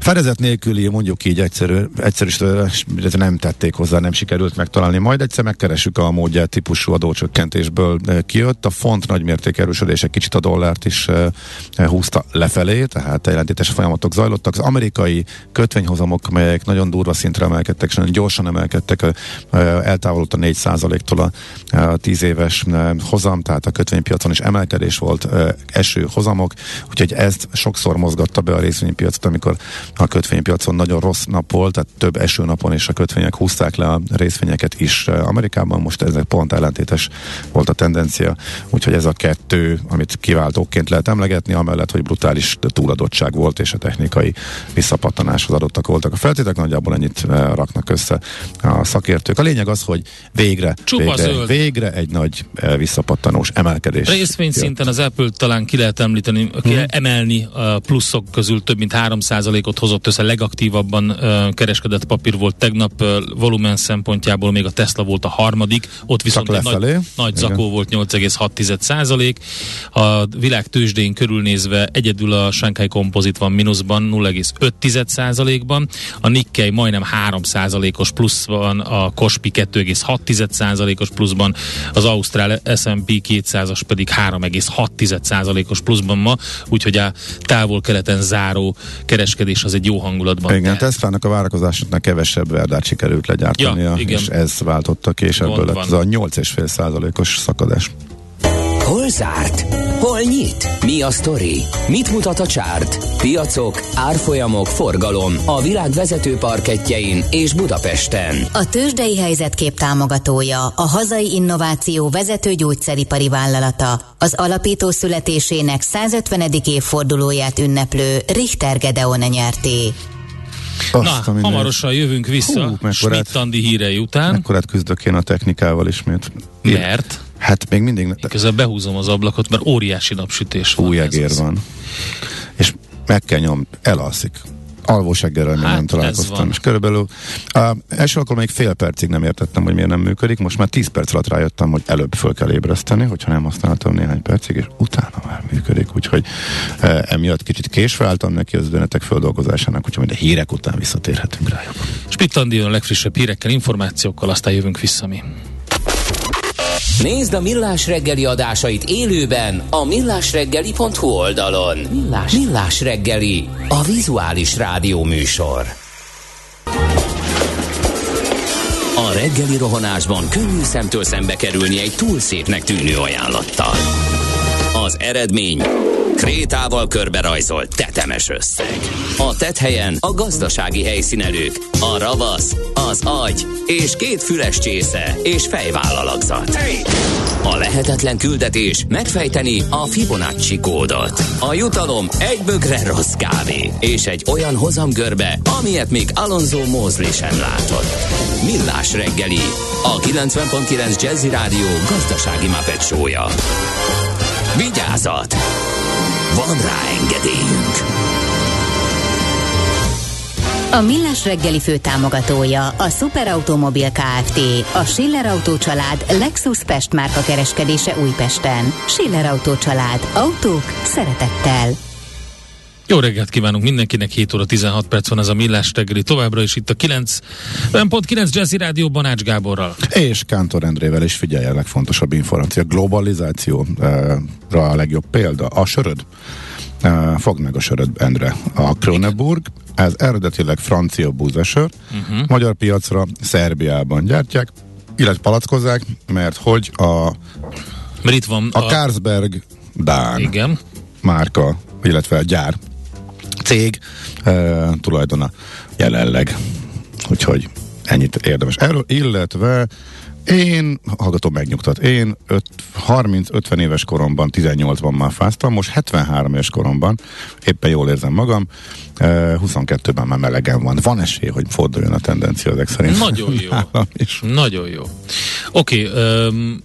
Fedezet nélküli, mondjuk így egyszerű, egyszerű nem tették hozzá, nem sikerült megtalálni. Majd egyszer megkeressük a módját, típusú adócsökkentésből kijött. A font nagymérték erősödése kicsit a dollárt is húzta lefelé, tehát ellentétes folyamatok zajlottak. Az amerikai kötvényhozamok, melyek nagyon durva szintre emelkedtek, és nagyon gyorsan emelkedtek, eltávolodott a négy százaléktól a tíz éves hozam, tehát a kötvénypiacon is emelkedés volt, eső hozamok, úgyhogy ezt sokszor mozgatta be a részvénypiacot, amikor a kötvénypiacon nagyon rossz nap volt, tehát több esőnapon és a kötvények húzták le a részvényeket is Amerikában, most ezek pont ellentétes volt a tendencia, úgyhogy ez a kettő, amit kiváltóként lehet emlegetni, amellett, hogy brutális túladottság volt, és a technikai visszapattanáshoz adottak voltak a feltétek, nagyjából ennyit raknak össze a szakértők. A lényeg az, hogy végre, végre, végre egy nagy visszapattanós emelkedés. Részvényszinten az Apple talán ki lehet említeni, ki hmm. emelni a pluszok közül több mint három százalékot hozott össze, legaktívabban uh, kereskedett papír volt tegnap, uh, volumen szempontjából még a Tesla volt a harmadik, ott viszont egy nagy, nagy zakó volt nyolc egész hat százalék. A világ tőzsdén körülnézve egyedül a Shanghai Composite van mínuszban nulla egész öt százalékban, a Nikkei majdnem három százalékos plusz van, a Kospi kettő egész hat százalékos pluszban, az Ausztrál es and pé kétszázas pedig három egész hat százalékos pluszban ma, úgyhogy a távol-keleten záró kereskedés az egy jó hangulatban. Igen, Teslának a várakozásoknak kevesebb verdát sikerült legyártania, ja, és ez váltotta ki, és ebből lett az a nyolc egész öt százalékos szakadás. Hol zárt? Hol nyit? Mi a sztori? Mit mutat a csárt? Piacok, árfolyamok, forgalom a világ vezető parkettjein és Budapesten. A tőzsdei helyzetkép támogatója, a hazai innováció vezető gyógyszeripari vállalata, az alapító születésének százötvenedik évfordulóját ünneplő Richter Gedeon nyerté. Na, hamarosan jövünk vissza Schmidt Andi hírei után. Mekkorát küzdök én a technikával ismét. Mert? Hát még mindig... Közben behúzom az ablakot, mert óriási napsütés van. Új egér van. És meg kell nyom, elalszik. Alvóseggerrel még hát nem találkoztam. És körülbelül uh, első akkor még fél percig nem értettem, hogy miért nem működik. Most már tíz perc alatt rájöttem, hogy előbb föl kell ébreszteni, hogyha nem használtam néhány percig, és utána már működik. Úgyhogy uh, emiatt kicsit késve álltam neki az üzenetek földolgozásának, úgyhogy a hírek után visszatérhetünk rájuk. Schmidt Andi a legfrissebb hírekkel, információkkal, aztán jövünk vissza mi. Nézd a Millás reggeli adásait élőben a millásreggeli pont hu oldalon. Millás, Millás reggeli, a vizuális rádió műsor. A reggeli rohanásban könnyű szemtől szembe kerülni egy túl szépnek tűnő ajánlattal. Az eredmény krétával körberajzolt tetemes összeg. A tetthelyen a gazdasági helyszínelők, a ravasz, az agy és két füles csésze és fejvállalakzat. A lehetetlen küldetés megfejteni a Fibonacci kódot. A jutalom egy bögre rossz kávé és egy olyan hozamgörbe, amilyet még Alonso Mosley sem látott. Millás reggeli, a kilencven pont kilenc Jazzy Rádió gazdasági Muppet show-ja. Vigyázat! Van rá engedélyünk! A Millás reggeli főtámogatója a Superautomobil Kft. A Schiller Autó család Lexus Pest márka kereskedése Újpesten. Schiller Autó család. Autók szeretettel. Jó reggelt kívánunk mindenkinek, hét óra tizenhat perc van ez a Millás reggeli, továbbra is itt a kilencven pont kilenc Jazzy Rádióban Ács Gáborral. És Kántor Endrével is, figyelj, a legfontosabb információ, globalizációra a legjobb példa, a söröd. Uh, fogd meg a söröd, Endre. A Kronenburg, ez eredetileg francia búzasör, uh-huh. magyar piacra Szerbiában gyártják, illetve palackozzák, mert hogy a mert itt van a, a Carlsberg Dán igen. márka, illetve a gyár cég uh, tulajdona jelenleg. Úgyhogy ennyit érdemes erről, illetve én, hallgatom megnyugtat, én harminc-ötven éves koromban, tizennyolcban már fáztam, most hetvenhárom éves koromban, éppen jól érzem magam, uh, huszonkettőben már melegen van. Van esély, hogy forduljon a tendencia ezek szerint. Nagyon jó. Nagyon jó. Oké, okay, um,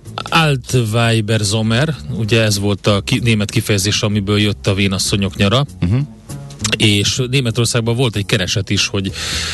Altweiber Sommer, ugye ez volt a ki, német kifejezés, amiből jött a vénasszonyok nyara. Uh-huh. és Németországban volt egy kereset is, hogy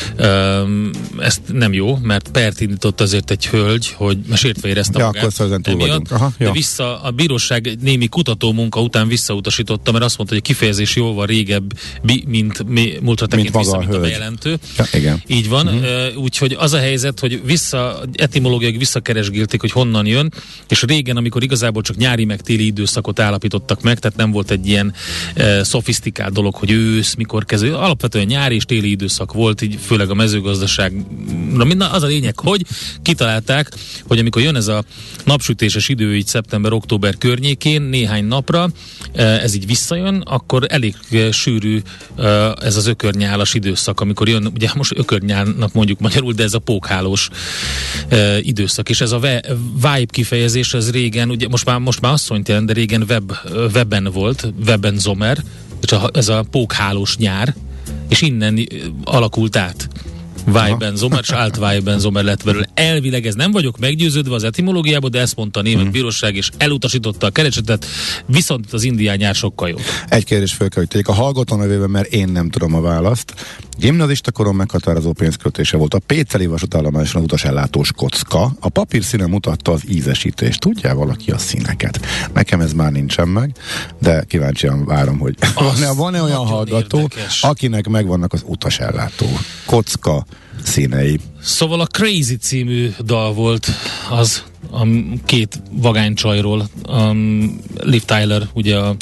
um, ezt nem jó, mert pert indított azért egy hölgy, hogy sértve érezte ja, magát emiatt, Aha, de vissza a bíróság egy némi kutatómunka után visszautasította, mert azt mondta, hogy a kifejezés jóval régebb, mint múltra tekint vissza, mint a bejelentő. Ja, igen. Így van, uh-huh. Úgyhogy az a helyzet, hogy vissza, etimológiai visszakeresgélték, hogy honnan jön, és régen, amikor igazából csak nyári meg téli időszakot állapítottak meg, tehát nem volt egy ilyen e, szofisztikált dolog, hogy ősz, mikor kezdő. Alapvetően nyári és téli időszak volt, így főleg a mezőgazdaság. Na, az a lényeg, hogy kitalálták, hogy amikor jön ez a napsütéses idő, így szeptember-október környékén, néhány napra, e, ez így visszajön, akkor elég e, sűrű e, ez az ökörnyálas időszak, amikor jön, ugye most ökörnyálnak mondjuk magyarul, de ez a pókhálós e, időszak, és ez a vibe kifejezés, ez régen, ugye most már, most már asszonyt jelent, de régen web, webben volt, webben zomer, ez a pókhálós nyár, és innen alakult át. Weibenzomer, és Alt-Weibenzomer lett belőle. Elvileg ez nem vagyok meggyőződve az etimológiából, de ezt mondta a német hmm. bíróság, és elutasította a keresetet, viszont az indián nyár sokkal jobb. Egy kérdés föl kell, hogy tegyek a hallgató nevében, mert én nem tudom a választ. Gimnazista korom meghatározó pénzköltése volt a Péceli vasútállomáson az utasellátós kocka. A papír színe mutatta az ízesítést. Tudja valaki a színeket? Nekem ez már nincsen meg, de kíváncsian várom, hogy van-e, van-e olyan hallgató, érdekes, akinek megvannak az utasellátó kocka színei. Szóval a Crazy című dal volt az a két vagánycsajról, um, Liv Tyler, ugye a,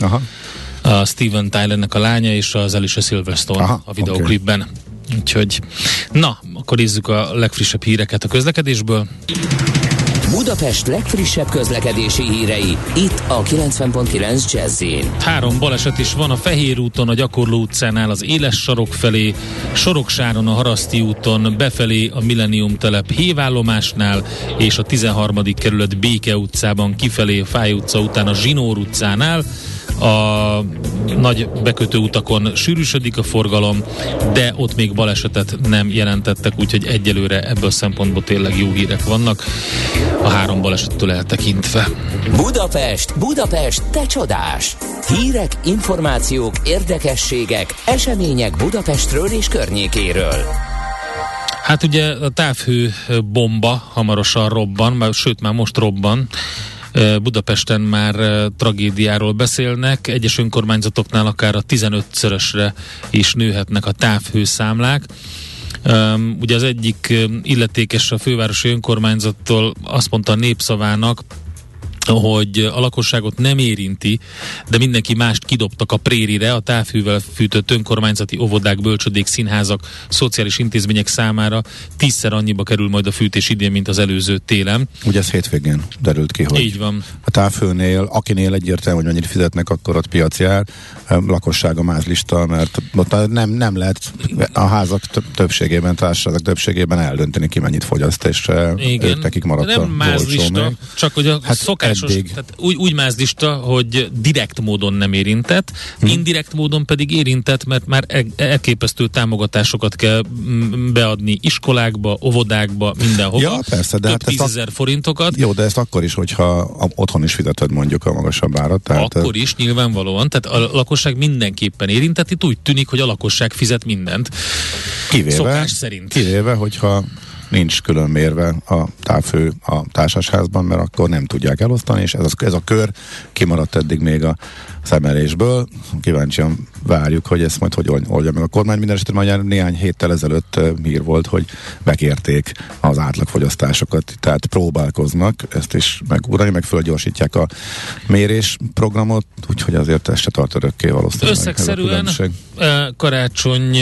a Steven Tylernek a lánya, és az Alicia Silverstone Aha, a videóklipben. Okay. Úgyhogy, na, akkor nézzük a legfrissebb híreket a közlekedésből. Budapest legfrissebb közlekedési hírei, itt a kilencven pont kilenc Jazz-in. Három baleset is van a Fehér úton, a Gyakorló utcánál az Éles sarok felé, Soroksáron a Haraszti úton, befelé a Millennium telep hévállomásnál, és a tizenharmadik kerület Béke utcában kifelé a Fáy utca után a Zsinór utcánál. A nagy bekötő utakon sűrűsödik a forgalom, de ott még balesetet nem jelentettek, úgyhogy egyelőre ebből a szempontból tényleg jó hírek vannak, a három balesettől eltekintve. Budapest, Budapest, te csodás! Hírek, információk, érdekességek, események Budapestről és környékéről. Hát ugye a távhő bomba hamarosan robban, már, sőt már most robban. Budapesten már tragédiáról beszélnek, egyes önkormányzatoknál akár a tizenötszörösre is nőhetnek a távhőszámlák. Um, ugye az egyik illetékes a fővárosi önkormányzattól azt mondta a Népszavának, hogy a lakosságot nem érinti, de mindenki mást kidobtak a prérire, a távhővel fűtött önkormányzati óvodák, bölcsödék, színházak, szociális intézmények számára tízszer annyiba kerül majd a fűtés idén, mint az előző télen. Ugye ez hétvégén derült ki, hogy így van. A távhőnél, akinél egyértelmű, hogy mennyit fizetnek, akkor ott piaci ár, lakosság a mázlista, mert ott nem, nem lehet a házak többségében, társaságok többségében eldönteni, ki mennyit fogyaszt, és ők nekik maradt nem a mázlista, csak hogy a hát szokás Tehát úgy, úgy mázlista, hogy direkt módon nem érintett, hmm. indirekt módon pedig érintett, mert már elképesztő támogatásokat kell beadni iskolákba, óvodákba, mindenhova. Ja, persze, de több hát tízezer ak- forintokat. Jó, de ezt akkor is, hogyha otthon is fizeted mondjuk a magasabb árat. Tehát akkor is, nyilvánvalóan. Tehát a lakosság mindenképpen érintett. Itt úgy tűnik, hogy a lakosság fizet mindent. Kivéve, szokás szerint. Kivéve, hogyha nincs külön mérve a távhő a társasházban, mert akkor nem tudják elosztani, és ez a, ez a kör kimaradt eddig még a szemelésből. Kíváncsian várjuk, hogy ezt majd hogy oldja meg a kormány. Minden esetben már néhány héttel ezelőtt hír volt, hogy bekérték az átlagfogyasztásokat, tehát próbálkoznak ezt is megugrani, meg fölgyorsítják a mérésprogramot, úgyhogy azért ez se tart örökké valószínűleg. Összegszerűen karácsony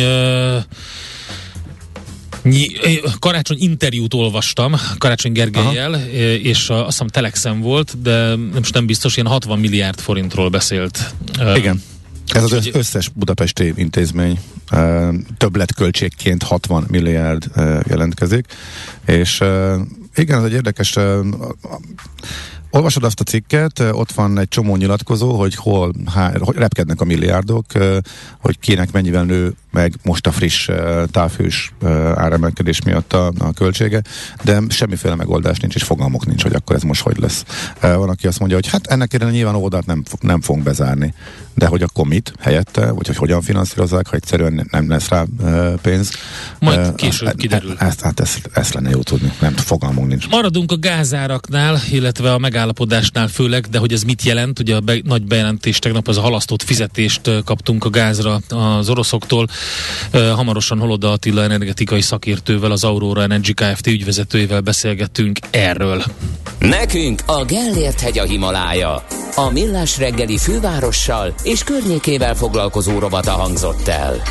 karácsony interjút olvastam Karácsony Gergellyel, és azt hiszem Telexen volt, de most nem biztos, ilyen hatvan milliárd forintról beszélt. Igen. Ez az összes budapesti intézmény többletköltségként hatvan milliárd jelentkezik, és igen, ez egy érdekes. Olvasod azt a cikket, ott van egy csomó nyilatkozó, hogy hol há, hogy repkednek a milliárdok, hogy kinek mennyivel nő meg most a friss uh, távhős uh, áremelkedés miatt a, a költsége, de semmiféle megoldás nincs, és fogalmuk nincs, hogy akkor ez most hogy lesz. Uh, van, aki azt mondja, hogy hát ennek ellenére nyilván oldalt nem, nem fogunk bezárni, de hogy akkor mit helyette, vagy hogy hogyan finanszírozzák, ha egyszerűen nem lesz rá uh, pénz. Majd uh, később uh, kiderül. Ezt, hát ezt, ezt lenne jó tudni, nem fogalmunk nincs. Maradunk a gázáraknál, illetve a megállapodásnál főleg, de hogy ez mit jelent, ugye a be, nagy bejelentés tegnap az a halasztott fizetést kaptunk a gázra az oroszoktól. Uh, hamarosan Holoda Attila energetikai szakértővel, az Aurora Energy Kft. Ügyvezetőjével beszélgettünk erről. Nekünk a Gellért hegy a Himalája. A Millás reggeli fővárossal és környékével foglalkozó rovata hangzott el.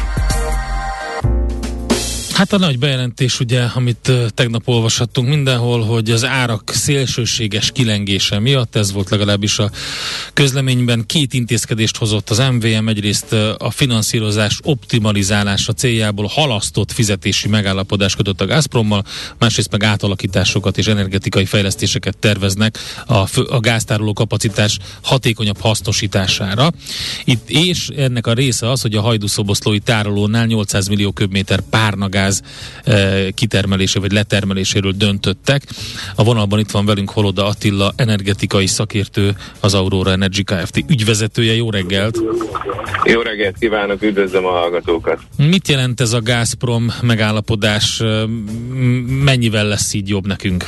Hát a nagy bejelentés, ugye, amit uh, tegnap olvashattunk mindenhol, hogy az árak szélsőséges kilengése miatt, ez volt legalábbis a közleményben, két intézkedést hozott az em vé em, egyrészt uh, a finanszírozás optimalizálása céljából halasztott fizetési megállapodást kötött a Gazprommal, másrészt meg átalakításokat és energetikai fejlesztéseket terveznek a, fő, a gáztároló kapacitás hatékonyabb hasznosítására. Itt és ennek a része az, hogy a hajdúszoboszlói tárolónál nyolcszáz millió köbméter párnagáz kitermelése vagy letermeléséről döntöttek. A vonalban itt van velünk Holoda Attila, energetikai szakértő, az Aurora Energy Kft. Ügyvezetője. Jó reggelt! Jó reggelt kívánok, üdvözlöm a hallgatókat! Mit jelent ez a Gazprom megállapodás? Mennyivel lesz így jobb nekünk?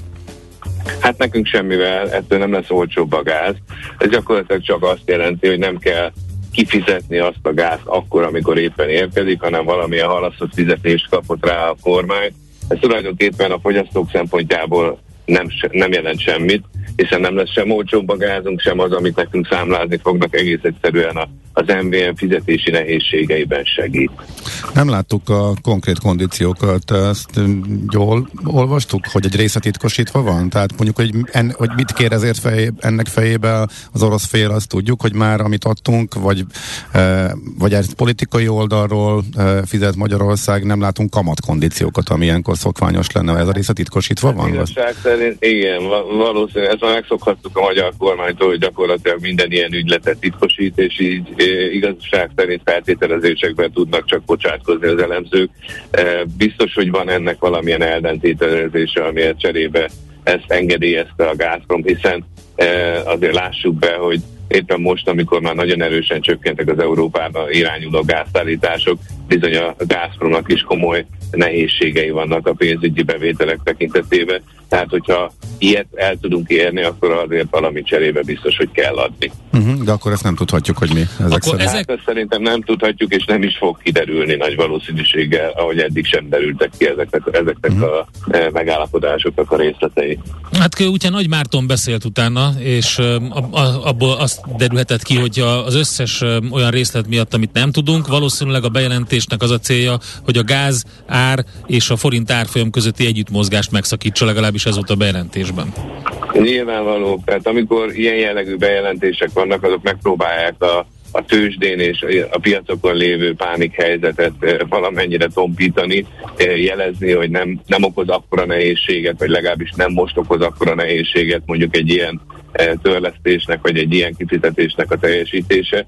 Hát nekünk semmivel, ettől nem lesz olcsóbb a gáz. Ez gyakorlatilag csak azt jelenti, hogy nem kell kifizetni azt a gázt akkor, amikor éppen érkezik, hanem valamilyen halasztott fizetést kapott rá a kormány. Ez tulajdonképpen a fogyasztók szempontjából nem, nem jelent semmit, hiszen nem lesz sem olcsóbb a gázunk, sem az, amit nekünk számlázni fognak, egész egyszerűen a, az em vé em fizetési nehézségeiben segít. Nem láttuk a konkrét kondíciókat, ezt jól olvastuk, hogy egy része titkosítva van? Tehát mondjuk, hogy, en, hogy mit kér ezért fej, ennek fejébe az orosz fél, azt tudjuk, hogy már amit adtunk, vagy, e, vagy ez politikai oldalról e, fizet Magyarország, nem látunk kamatkondíciókat, ami ilyenkor szokványos lenne. Ez a része titkosítva van? Igazság szerint, igen, valószínűleg ezt már megszokhattuk a magyar kormánytól, hogy gyakorlatilag minden ilyen ügyletet titkosít, és így igazság szerint feltételezésekben tudnak csak bocsátkozni az elemzők. Biztos, hogy van ennek valamilyen ellentételezése, amiért cserébe ezt engedélyezte a Gazprom, hiszen azért lássuk be, hogy éppen most, amikor már nagyon erősen csökkentek az Európába irányuló gázszállítások, bizony a Gazpromnak is komoly nehézségei vannak a pénzügyi bevételek tekintetében. Tehát, hogyha ilyet el tudunk érni, akkor azért valami cserébe biztos, hogy kell adni. Uh-huh, de akkor ezt nem tudhatjuk, hogy mi. Ezek akkor ezek... Hát ezt szerintem nem tudhatjuk, és nem is fog kiderülni nagy valószínűséggel, ahogy eddig sem derültek ki ezeknek, ezeknek uh-huh. a e, megállapodásoknak a részletei. Hát ugye Nagy Márton beszélt utána, és abból azt derülhetett ki, hogy az összes olyan részlet miatt, amit nem tudunk, valószínűleg a bejelentésnek az a célja, hogy a gáz ár és a forint árfolyam közötti együttmozgást megszakítsa, legalábbis ez volt a bejelentésben. Nyilvánvaló, tehát amikor ilyen jellegű bejelentések vannak, azok megpróbálják a, a tőzsdén és a piacokon lévő pánikhelyzetet valamennyire tompítani, jelezni, hogy nem, nem okoz akkora nehézséget, vagy legalábbis nem most okoz akkora nehézséget mondjuk egy ilyen törlesztésnek, vagy egy ilyen kifizetésnek a teljesítése.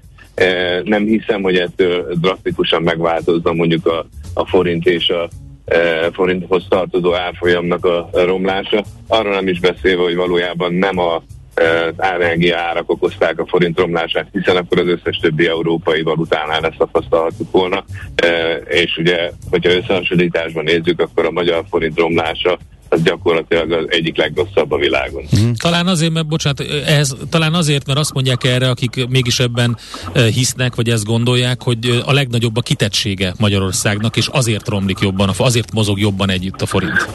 Nem hiszem, hogy ettől drasztikusan megváltozna mondjuk a, a forint és a forinthoz tartozó árfolyamnak a romlása. Arra nem is beszélve, hogy valójában nem a az árengyi árak okozták a forint romlását, hiszen akkor az összes többi európai valutánál ezt tapasztalhattuk volna. És ugye, hogyha összehasonlításban nézzük, akkor a magyar forint romlása az gyakorlatilag az egyik legrosszabb a világon. Mm. Talán azért, mert bocsánat, ez, talán azért, mert azt mondják erre, akik mégis ebben hisznek, vagy ezt gondolják, hogy a legnagyobb a kitettsége Magyarországnak, és azért romlik jobban, azért mozog jobban együtt a forint.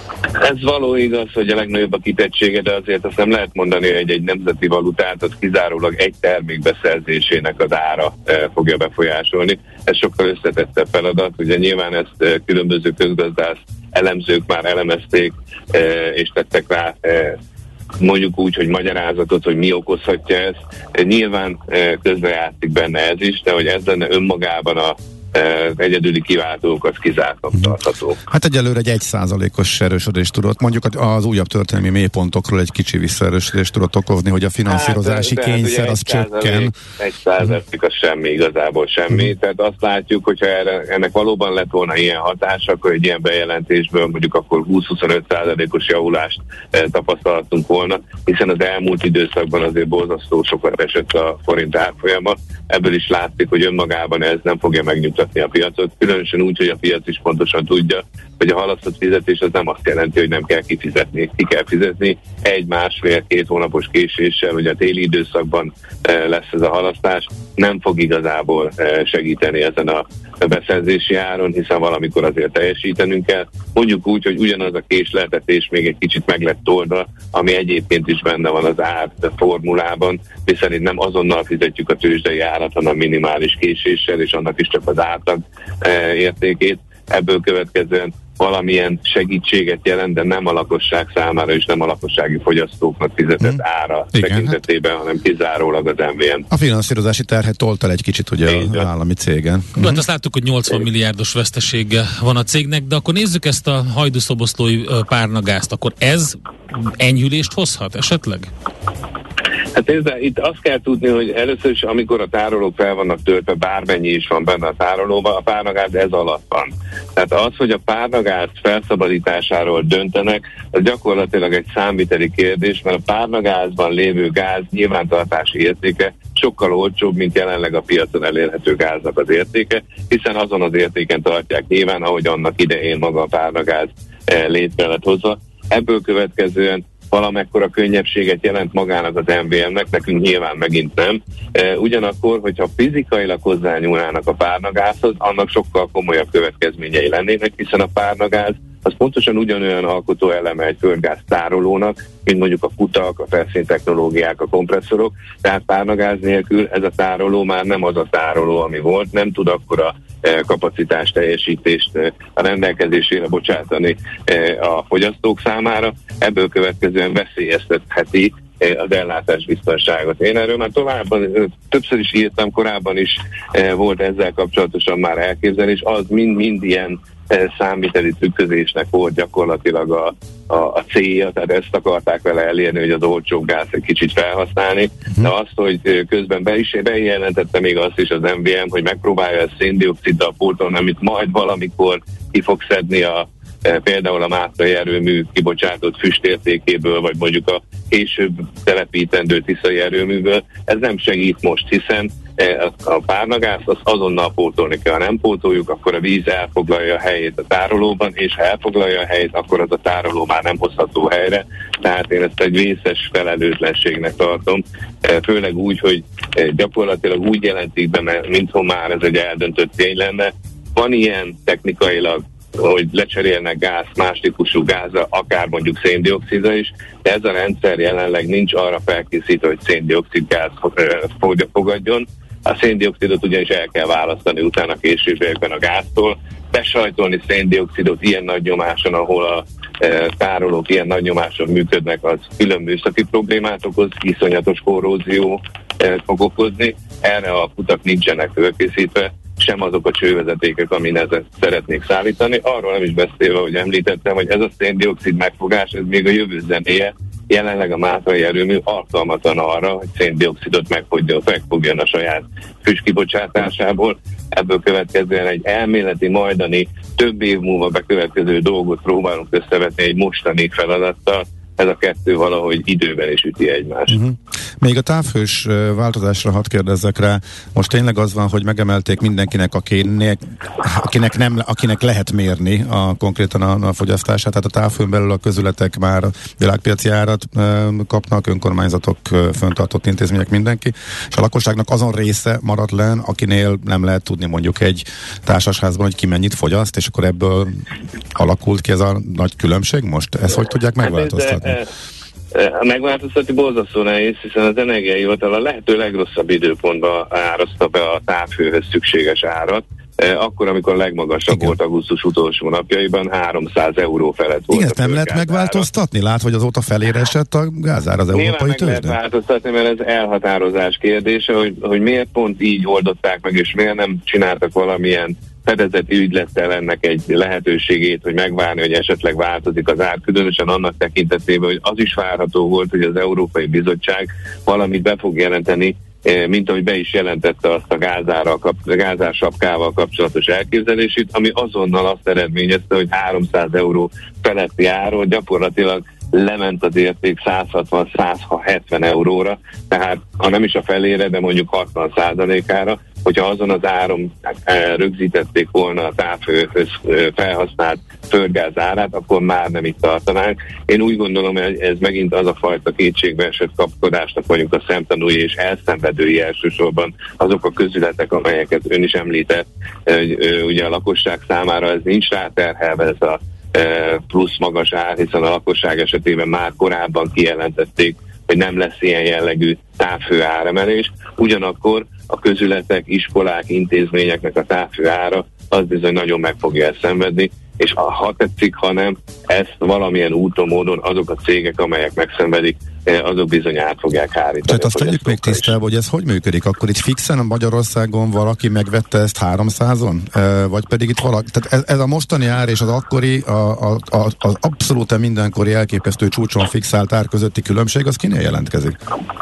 Ez való igaz, hogy a legnagyobb a kitettsége, de azért azt nem lehet mondani, hogy egy nemzeti valutát az kizárólag egy termék beszerzésének az ára e, fogja befolyásolni. Ez sokkal összetettebb feladat. Ugye nyilván ezt e, különböző közgazdász elemzők már elemezték, e, és tettek rá e, mondjuk úgy, hogy magyarázatot, hogy mi okozhatja ezt. E, nyilván e, közrejátszik benne ez is, de hogy ez lenne önmagában a egyedüli kiváltók az kizártnak tartható. Hát egyelőre egy egy százalékos erősödést tudott, mondjuk az újabb történelmi mélypontokról egy kicsi visszaerősödést tudott okozni, hogy a finanszírozási hát, kényszer az csökken. Egy százalék az semmi, igazából semmi. Uh-huh. Tehát azt látjuk, hogyha erre, ennek valóban lett volna ilyen hatás, akkor egy ilyen bejelentésből mondjuk akkor húsz-huszonöt százalékos javulást e, tapasztaltunk volna, hiszen az elmúlt időszakban azért borzasztó sokat esett a forint árfolyama. Ebből is látszik, hogy önmagában ez nem fogja megnyugtatni a piacot, különösen úgy, hogy a piac is pontosan tudja, hogy a halasztott fizetés az nem azt jelenti, hogy nem kell kifizetni. Ki kell fizetni egy, másfél, két hónapos késéssel, hogy a téli időszakban e, lesz ez a halasztás, nem fog igazából e, segíteni ezen a beszerzési áron, hiszen valamikor azért teljesítenünk kell. Mondjuk úgy, hogy ugyanaz a késleltetés még egy kicsit meg lett oldva, ami egyébként is benne van az ár formulában, hiszen itt nem azonnal fizetjük a tőzsdei árat, hanem minimális késéssel, és annak is csak az átlag e, értékét. Ebből következően valamilyen segítséget jelent, de nem a lakosság számára és nem a lakossági fogyasztóknak fizetett hmm. ára Igen, tekintetében, hát, hanem kizárólag az em vé em. A finanszírozási terhet tolt el egy kicsit ugye az állami cégen. Hmm. Hát azt láttuk, hogy nyolcvan milliárdos vesztesége van a cégnek, de akkor nézzük ezt a hajdúszoboszlói párnagázt, akkor ez enyhülést hozhat esetleg? Hát nézd, itt azt kell tudni, hogy először is, amikor a tárolók fel vannak töltve, bármennyi is van benne a tárolóban, a párnagáz ez alatt van. Tehát az, hogy a párnagáz felszabadításáról döntenek, az gyakorlatilag egy számviteli kérdés, mert a párnagázban lévő gáz nyilvántartási értéke sokkal olcsóbb, mint jelenleg a piacon elérhető gáznak az értéke, hiszen azon az értéken tartják nyilván, ahogy annak idején maga a párnagáz létre lett hozva. Ebből következően valamekkora könnyebbséget jelent magának az em vé em-nek, nekünk nyilván megint nem. E, ugyanakkor, hogyha fizikailag hozzányúlnának a párnagázhoz, annak sokkal komolyabb következményei lennének, hiszen a párnagáz az pontosan ugyanolyan alkotó eleme egy földgáz tárolónak, mint mondjuk a kutak, a felszíntechnológiák, a kompresszorok, tehát párnagáz nélkül ez a tároló már nem az a tároló, ami volt, nem tud akkora kapacitás teljesítést a rendelkezésére bocsátani a fogyasztók számára, ebből következően veszélyeztetheti az ellátás biztonságot. Én erről már továbban többször is írtam, korábban is volt ezzel kapcsolatosan már elképzelés, az mind-mind ilyen számviteli trükközésnek volt gyakorlatilag a, a, a célja, tehát ezt akarták vele elérni, hogy az olcsó gáz egy kicsit felhasználni, de azt, hogy közben be is bejelentette még azt is az em vé em, hogy megpróbálja a széndioxiddal pótolni, amit majd valamikor ki fog szedni a például a mátrai erőmű kibocsátott füstértékéből, vagy mondjuk a később telepítendő tiszai erőműből, ez nem segít most, hiszen a párnagázt az azonnal pótolni kell. Ha nem pótoljuk, akkor a víz elfoglalja a helyét a tárolóban, és ha elfoglalja a helyét, akkor az a tároló már nem hozható helyre. Tehát én ezt egy vészes felelőtlenségnek tartom, főleg úgy, hogy gyakorlatilag úgy jelentik be, mintha már ez egy eldöntött tény lenne. Van ilyen technikailag, hogy lecserélnek gáz, más típusú gázra, akár mondjuk széndioxidra is, de ez a rendszer jelenleg nincs arra felkészítve, hogy széndioxid gáz fogadjon. A széndioxidot ugyanis el kell választani utána későbbiekben a gáztól. Besajtolni széndioxidot ilyen nagy nyomáson, ahol a e, tárolók ilyen nagy nyomáson működnek, az külön műszaki problémát okoz, iszonyatos korrózió e, fog okozni. Erre a kutak nincsenek fölkészítve, sem azok a csővezetékek, amin ezt szeretnék szállítani. Arról nem is beszélve, hogy említettem, hogy ez a széndioxid megfogás, ez még a jövő zenéje. Jelenleg a mátrai erőmű alkalmatlan arra, hogy széndioxidot megfogjon, megfogjon a saját füstkibocsátásából. Ebből következően egy elméleti, majdani, több év múlva bekövetkező dolgot próbálunk összevetni egy mostani feladattal. Ez a kettő valahogy időben is üti egymást. Uh-huh. Még a távhős változásra hadd kérdezzek rá. Most tényleg az van, hogy megemelték mindenkinek, akinek, akinek, nem, akinek lehet mérni a, konkrétan a, a fogyasztását, tehát a távhőn belül a közületek már világpiaci árat e, kapnak, önkormányzatok, föntartott intézmények, mindenki, és a lakosságnak azon része marad len, akinél nem lehet tudni mondjuk egy társasházban, hogy ki mennyit fogyaszt, és akkor ebből alakult ki ez a nagy különbség most? Ezt hogy tudják megváltoztatni? Megváltoztatni borzasztó nehéz, hiszen az Energiahivatal a lehető legrosszabb időpontban árazta be a távhőhöz szükséges árat, akkor, amikor a legmagasabb Igen. volt augusztus utolsó napjaiban, háromszáz euró felett volt. Igen, ezt nem lehet megváltoztatni? Lát, hogy azóta felére esett a gázár az Nyilván európai meg lehet tőzsdén? változtatni, mert ez elhatározás kérdése, hogy, hogy miért pont így oldották meg, és miért nem csináltak valamilyen fedezeti ügylettel ennek egy lehetőségét, hogy megvárni, hogy esetleg változik az ár, különösen annak tekintetében, hogy az is várható volt, hogy az Európai Bizottság valamit be fog jelenteni, mint ahogy be is jelentette azt a gázárral, gázár sapkával kapcsolatos elképzelését, ami azonnal azt eredményezte, hogy háromszáz euró feletti áron gyakorlatilag lement az érték száz hatvan száz hetven euróra, tehát ha nem is a felére, de mondjuk hatvan százalékára, hogyha azon az áron rögzítették volna a távhőhöz felhasznált földgáz árát, akkor már nem itt tartanánk. Én úgy gondolom, hogy ez megint az a fajta kétségbeesett kapkodásnak vagyunk a szemtanúi és elszenvedői elsősorban azok a közületek, amelyeket ön is említett, hogy ugye a lakosság számára ez nincs ráterhelve ez a plusz magas ár, hiszen a lakosság esetében már korábban kijelentették, hogy nem lesz ilyen jellegű távhő áremelés. Ugyanakkor a közületek, iskolák, intézményeknek a távhő ára az bizony nagyon meg fogja ezt szenvedni, és ha tetszik, ha nem, ezt valamilyen úton, módon azok a cégek, amelyek megszenvedik, azok bizony át fogják hárítani. Tehát azt tegyük még tisztába, hogy ez hogy működik? Akkor itt fixen a Magyarországon valaki megvette ezt háromszázon? Vagy pedig itt valaki, tehát ez, ez a mostani ár és az akkori, a, a, a, az abszolút mindenkori elképesztő csúcson fixált ár közötti különbség, az kinél jelentkezik?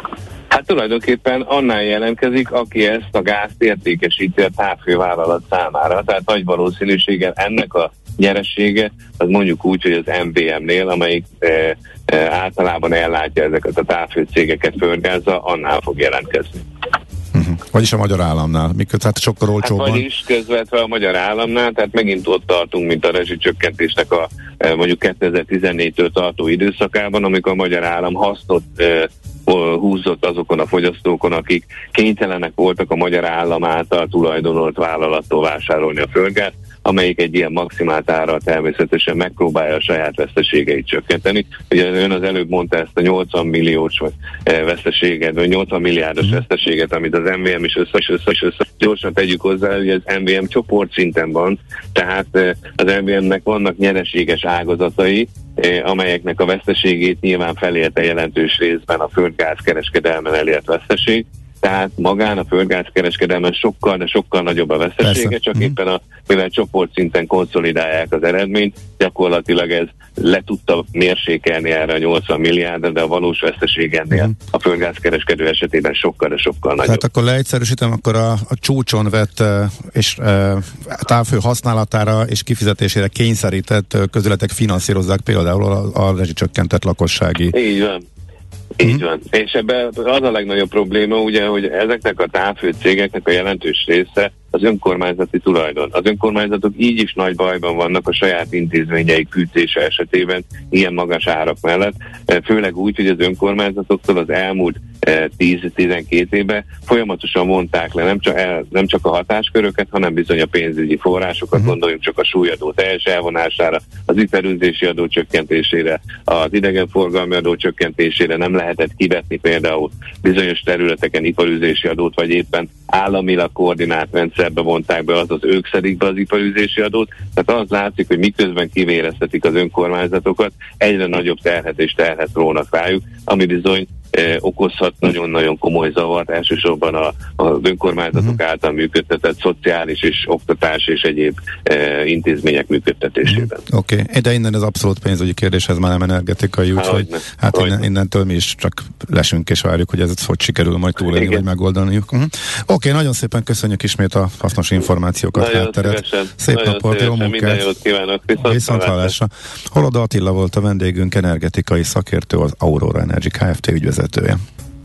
Hát tulajdonképpen annál jelentkezik, aki ezt a gázt értékesíti a távhővállalat számára. Tehát nagy valószínűséggel ennek a nyeressége, az mondjuk úgy, hogy az em vé em-nél, amelyik e, e, általában ellátja ezeket a távhőcégeket földgázzal, annál fog jelentkezni. Uh-huh. Vagyis a magyar államnál, mikor, tehát sokkal olcsóbban. Hát vagyis közvetve a magyar államnál, tehát megint ott tartunk, mint a rezsicsökkentésnek a e, mondjuk kétezer-tizennégytől tartó időszakában, amikor a magyar állam hasznot e, húzott azokon a fogyasztókon, akik kénytelenek voltak a magyar állam által tulajdonolt vállalattól vásárolni a földgázt, amelyik egy ilyen maximált árral természetesen megpróbálja a saját veszteségeit csökkenteni. Ugye ön az előbb mondta ezt a nyolcvan milliós veszteséget, vagy nyolcvan milliárdos veszteséget, amit az em vé em is összes, összes, összes. Gyorsan tegyük hozzá, hogy az em vé em csoportszinten van, tehát az em vé em-nek vannak nyereséges ágazatai, amelyeknek a veszteségét nyilván felérte jelentős részben a földgáz kereskedelmen elért veszteség, tehát magán a földgáz kereskedelmen sokkal, de sokkal nagyobb a vesztesége, persze. Csak mm. éppen a, mivel csoportszinten konszolidálják az eredményt, gyakorlatilag ez le tudta mérsékelni erre a nyolcvan milliárdra, de a valós veszteség ennél mm. a földgázkereskedő esetében sokkal, de sokkal nagyobb. Tehát akkor leegyszerűsítem, akkor a, a csúcson vett és e, távhő használatára és kifizetésére kényszerített közületek finanszírozzák például a, a rezsicsökkentett lakossági. Így van. Így van. És ebben az a legnagyobb probléma, ugye, hogy ezeknek a távhő cégeknek a jelentős része az önkormányzati tulajdon. Az önkormányzatok így is nagy bajban vannak a saját intézményeik fűtése esetében ilyen magas árak mellett, főleg úgy, hogy az önkormányzatoktól az elmúlt tíz-tizenkét évben folyamatosan mondták le nem csak, el, nem csak a hatásköröket, hanem bizony a pénzügyi forrásokat, uh-huh. gondoljunk csak a súlyadó teljes elvonására, az iparűzési adó csökkentésére, az idegenforgalmi adó csökkentésére nem lehetett kivetni például bizonyos területeken iparűzési adót, vagy éppen államilag koordinált rendszerbe vonták be, azaz ők szedik be az iparűzési adót. Tehát az látszik, hogy miközben kivéreztetik az önkormányzatokat, egyre nagyobb terhet és terhet rónak rájuk, ami bizony eh, okozhat nagyon-nagyon komoly zavart, elsősorban a, az önkormányzatok uh-huh. által működtetett szociális és oktatás és egyéb eh, intézmények működtetésében. Uh-huh. Oké, okay. De innen az abszolút pénzügyi kérdéshez már nem energetikai, úgyhogy hát innen, innentől mi is csak lesünk és várjuk, hogy ez hogy sikerül majd túlélni, vagy megoldaniuk. Uh-huh. Oké, okay, nagyon szépen köszönjük ismét a hasznos információkat, nagyon hátteret. Szívesen, Szép napot, jó munkát! Minden jót kívánok! Viszont, Viszont hallásra! Holoda Attila volt a vendégünk, energetikai szakértő, az Aurora Energy Kft. Ügyvezetője.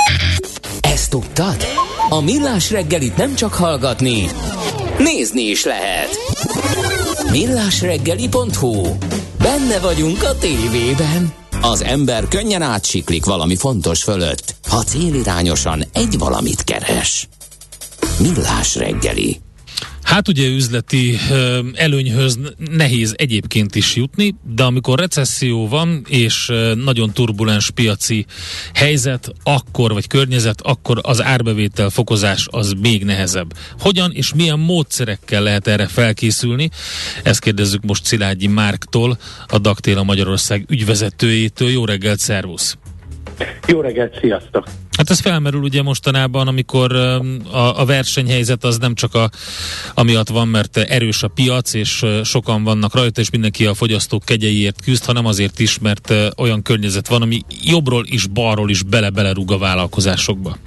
Ezt tudtad? A Millás reggelit nem csak hallgatni, nézni is lehet. millásreggeli pont hu. Benne vagyunk a tévében. Az ember könnyen átsiklik valami fontos fölött, ha célirányosan egy valamit keres. Millás reggeli. Hát ugye üzleti ö, előnyhöz nehéz egyébként is jutni, de amikor recesszió van, és ö, nagyon turbulens piaci helyzet, akkor, vagy környezet, akkor az árbevétel fokozás az még nehezebb. Hogyan és milyen módszerekkel lehet erre felkészülni? Ezt kérdezzük most Szilágyi Márktól, a Daktéla Magyarország ügyvezetőjétől. Jó reggelt, szervusz! Jó reggelt, sziasztok! Hát ez felmerül ugye mostanában, amikor a, a versenyhelyzet az nem csak a, amiatt van, mert erős a piac, és sokan vannak rajta, és mindenki a fogyasztók kegyeiért küzd, hanem azért is, mert olyan környezet van, ami jobbról is, balról is bele-bele rúg a vállalkozásokba.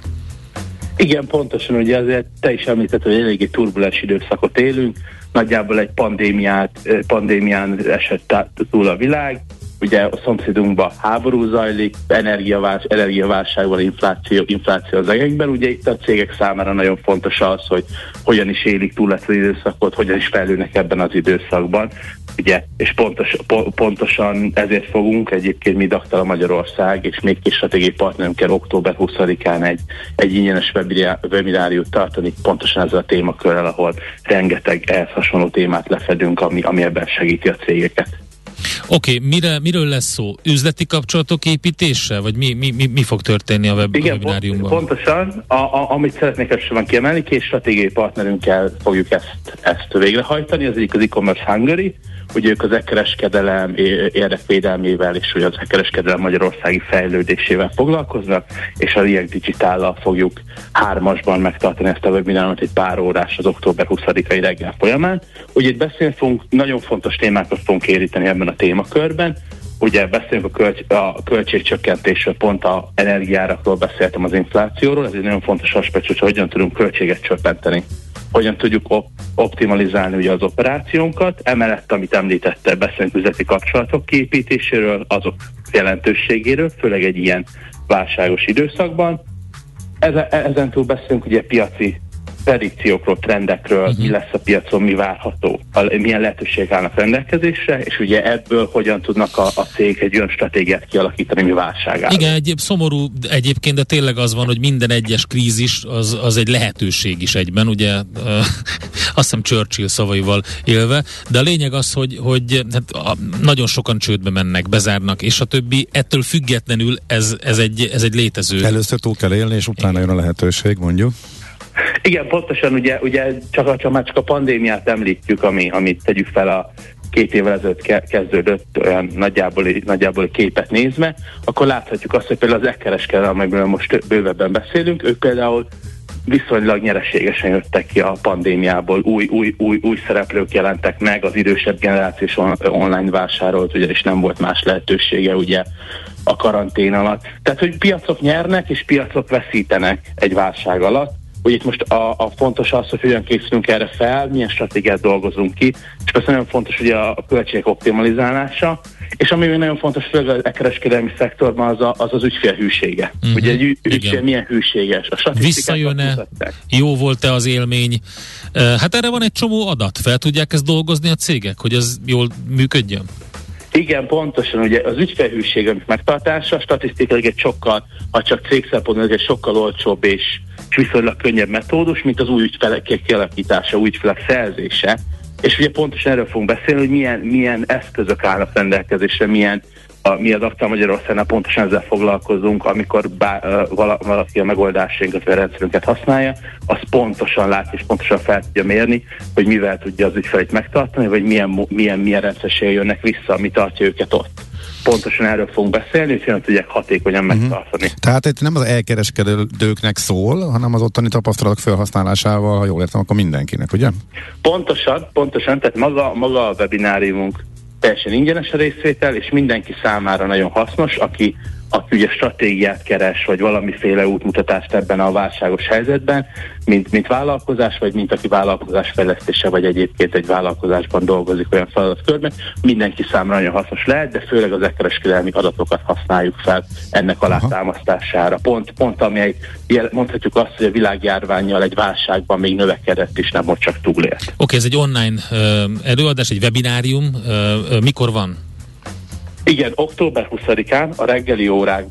Igen, pontosan, ugye azért te is említetted, hogy eléggé turbulens időszakot élünk, nagyjából egy pandémiát, pandémián esett túl a világ. Ugye a szomszédunkban háború zajlik, energiavás, energiaválság van, infláció, infláció az egekben. Ugye itt a cégek számára nagyon fontos az, hogy hogyan is élik túl ezt az időszakot, hogyan is fejlődnek ebben az időszakban. Ugye, és pontos, po, pontosan ezért fogunk egyébként mi Daktéla Magyarország és még kis stratégiai partnerünkkel október huszadikán egy, egy ingyenes webináriumot tartani pontosan ezzel a témakörrel, ahol rengeteg ehhez hasonló témát lefedünk, ami, ami ebben segíti a cégeket. Oké, okay, mire, miről lesz szó? Üzleti kapcsolatok építése? Vagy mi, mi, mi, mi fog történni a web, Igen, webináriumban? Pontosan, a, a, amit szeretnék elsősorban kiemelni, két stratégiai partnerünkkel fogjuk ezt, ezt végrehajtani. Az egyik az e-commerce Hungary, ugye ők az e-kereskedelem érdekvédelmével és ugye az e-kereskedelem magyarországi fejlődésével foglalkoznak, és a React Digitállal fogjuk hármasban megtartani ezt a webinárot egy pár órás az október huszadikai reggel folyamán. Ugye itt beszélni fogunk, nagyon fontos témákat fogunk érinteni ebben a témakörben. Ugye beszélünk a, költs- a költségcsökkentésről, pont a energiárakról beszéltem, az inflációról, ez egy nagyon fontos aspektus, hogy hogyan tudunk költséget csökkenteni. Hogyan tudjuk op- optimalizálni ugye az operációnkat, emellett, amit említette, beszélünk üzleti kapcsolatok kiépítéséről, azok jelentőségéről, főleg egy ilyen válságos időszakban. Ezen, ezen túl beszélünk ugye piaci predikciókról, trendekről, uh-huh. mi lesz a piacon, mi várható, a, milyen lehetőségek állnak rendelkezésre, és ugye ebből hogyan tudnak a, a cég egy olyan stratégiát kialakítani, mi válságára. Igen, egy szomorú egyébként, de tényleg az van, hogy minden egyes krízis az, az egy lehetőség is egyben, ugye uh, azt hiszem Churchill szavaival élve, de a lényeg az, hogy, hogy hát, a, nagyon sokan csődbe mennek, bezárnak, és a többi, ettől függetlenül ez, ez, egy, ez egy létező. Először túl kell élni, és utána jön a lehetőség, mondjuk. Igen, pontosan, ugye, ugye csak, a, csak, már csak a pandémiát említjük, ami, amit tegyük fel a két évvel ezelőtt ke- kezdődött olyan nagyjából, nagyjából képet nézve, akkor láthatjuk azt, hogy például az e-kereskedelem, amelyről most bővebben beszélünk, ők például viszonylag nyereségesen jöttek ki a pandémiából, új, új, új, új szereplők jelentek meg, az idősebb generációs on- online vásárolt, ugye, és nem volt más lehetősége ugye a karantén alatt. Tehát, hogy piacok nyernek és piacok veszítenek egy válság alatt. Ugye itt most a, a fontos az, hogy hogyan készülünk erre fel, milyen stratégiát dolgozunk ki, és persze nagyon fontos ugye a, a költségek optimalizálása, és ami még nagyon fontos, főleg az e-kereskedelmi szektorban az a, az, az ügyfél hűsége. Uh-huh. Ugye egy ügyfél milyen hűséges. A visszajön-e? Jó volt-e az élmény? Hát erre van egy csomó adat. Fel tudják ezt dolgozni a cégek, hogy ez jól működjön? Igen, pontosan, ugye az ügyfélhűség megtartása statisztikailag egy sokkal, ha csak cégszempontból egy sokkal olcsóbb és viszonylag könnyebb metódus, mint az új ügyfelek kialakítása, új ügyfelek szerzése. És ugye pontosan erről fogunk beszélni, hogy milyen, milyen eszközök állnak rendelkezésre, milyen a, mi az Daktéla Magyarországnál pontosan ezzel foglalkozunk, amikor bá, uh, valaki a megoldásainkat vagy a rendszerünket használja, az pontosan látja és pontosan fel tudja mérni, hogy mivel tudja az ügyfelét megtartani, vagy milyen, milyen, milyen rendszerséggel jönnek vissza, ami tartja őket ott. Pontosan erről fogunk beszélni, és hogyan tudják hatékonyan uh-huh. megtartani. Tehát itt nem az elkereskedőknek szól, hanem az ottani tapasztalatok felhasználásával, ha jól értem, akkor mindenkinek, ugye? Pontosan, pontosan, tehát maga, maga a webináriumunk teljesen ingyenes a részvétel, és mindenki számára nagyon hasznos, aki, aki ugye stratégiát keres, vagy valamiféle útmutatást ebben a válságos helyzetben, mint, mint vállalkozás, vagy mint aki vállalkozás fejlesztése, vagy egyébként egy vállalkozásban dolgozik olyan feladatkörben, mindenki számára nagyon hasznos lehet, de főleg az e-kereskedelmi adatokat használjuk fel ennek alátámasztására. Pont, pont ami mondhatjuk azt, hogy a világjárvánnyal egy válságban még növekedett, és nem most csak túlélt. Oké, okay, ez egy online uh, előadás, egy webinárium. Uh, uh, mikor van? Igen, október huszadikán a reggeli órákban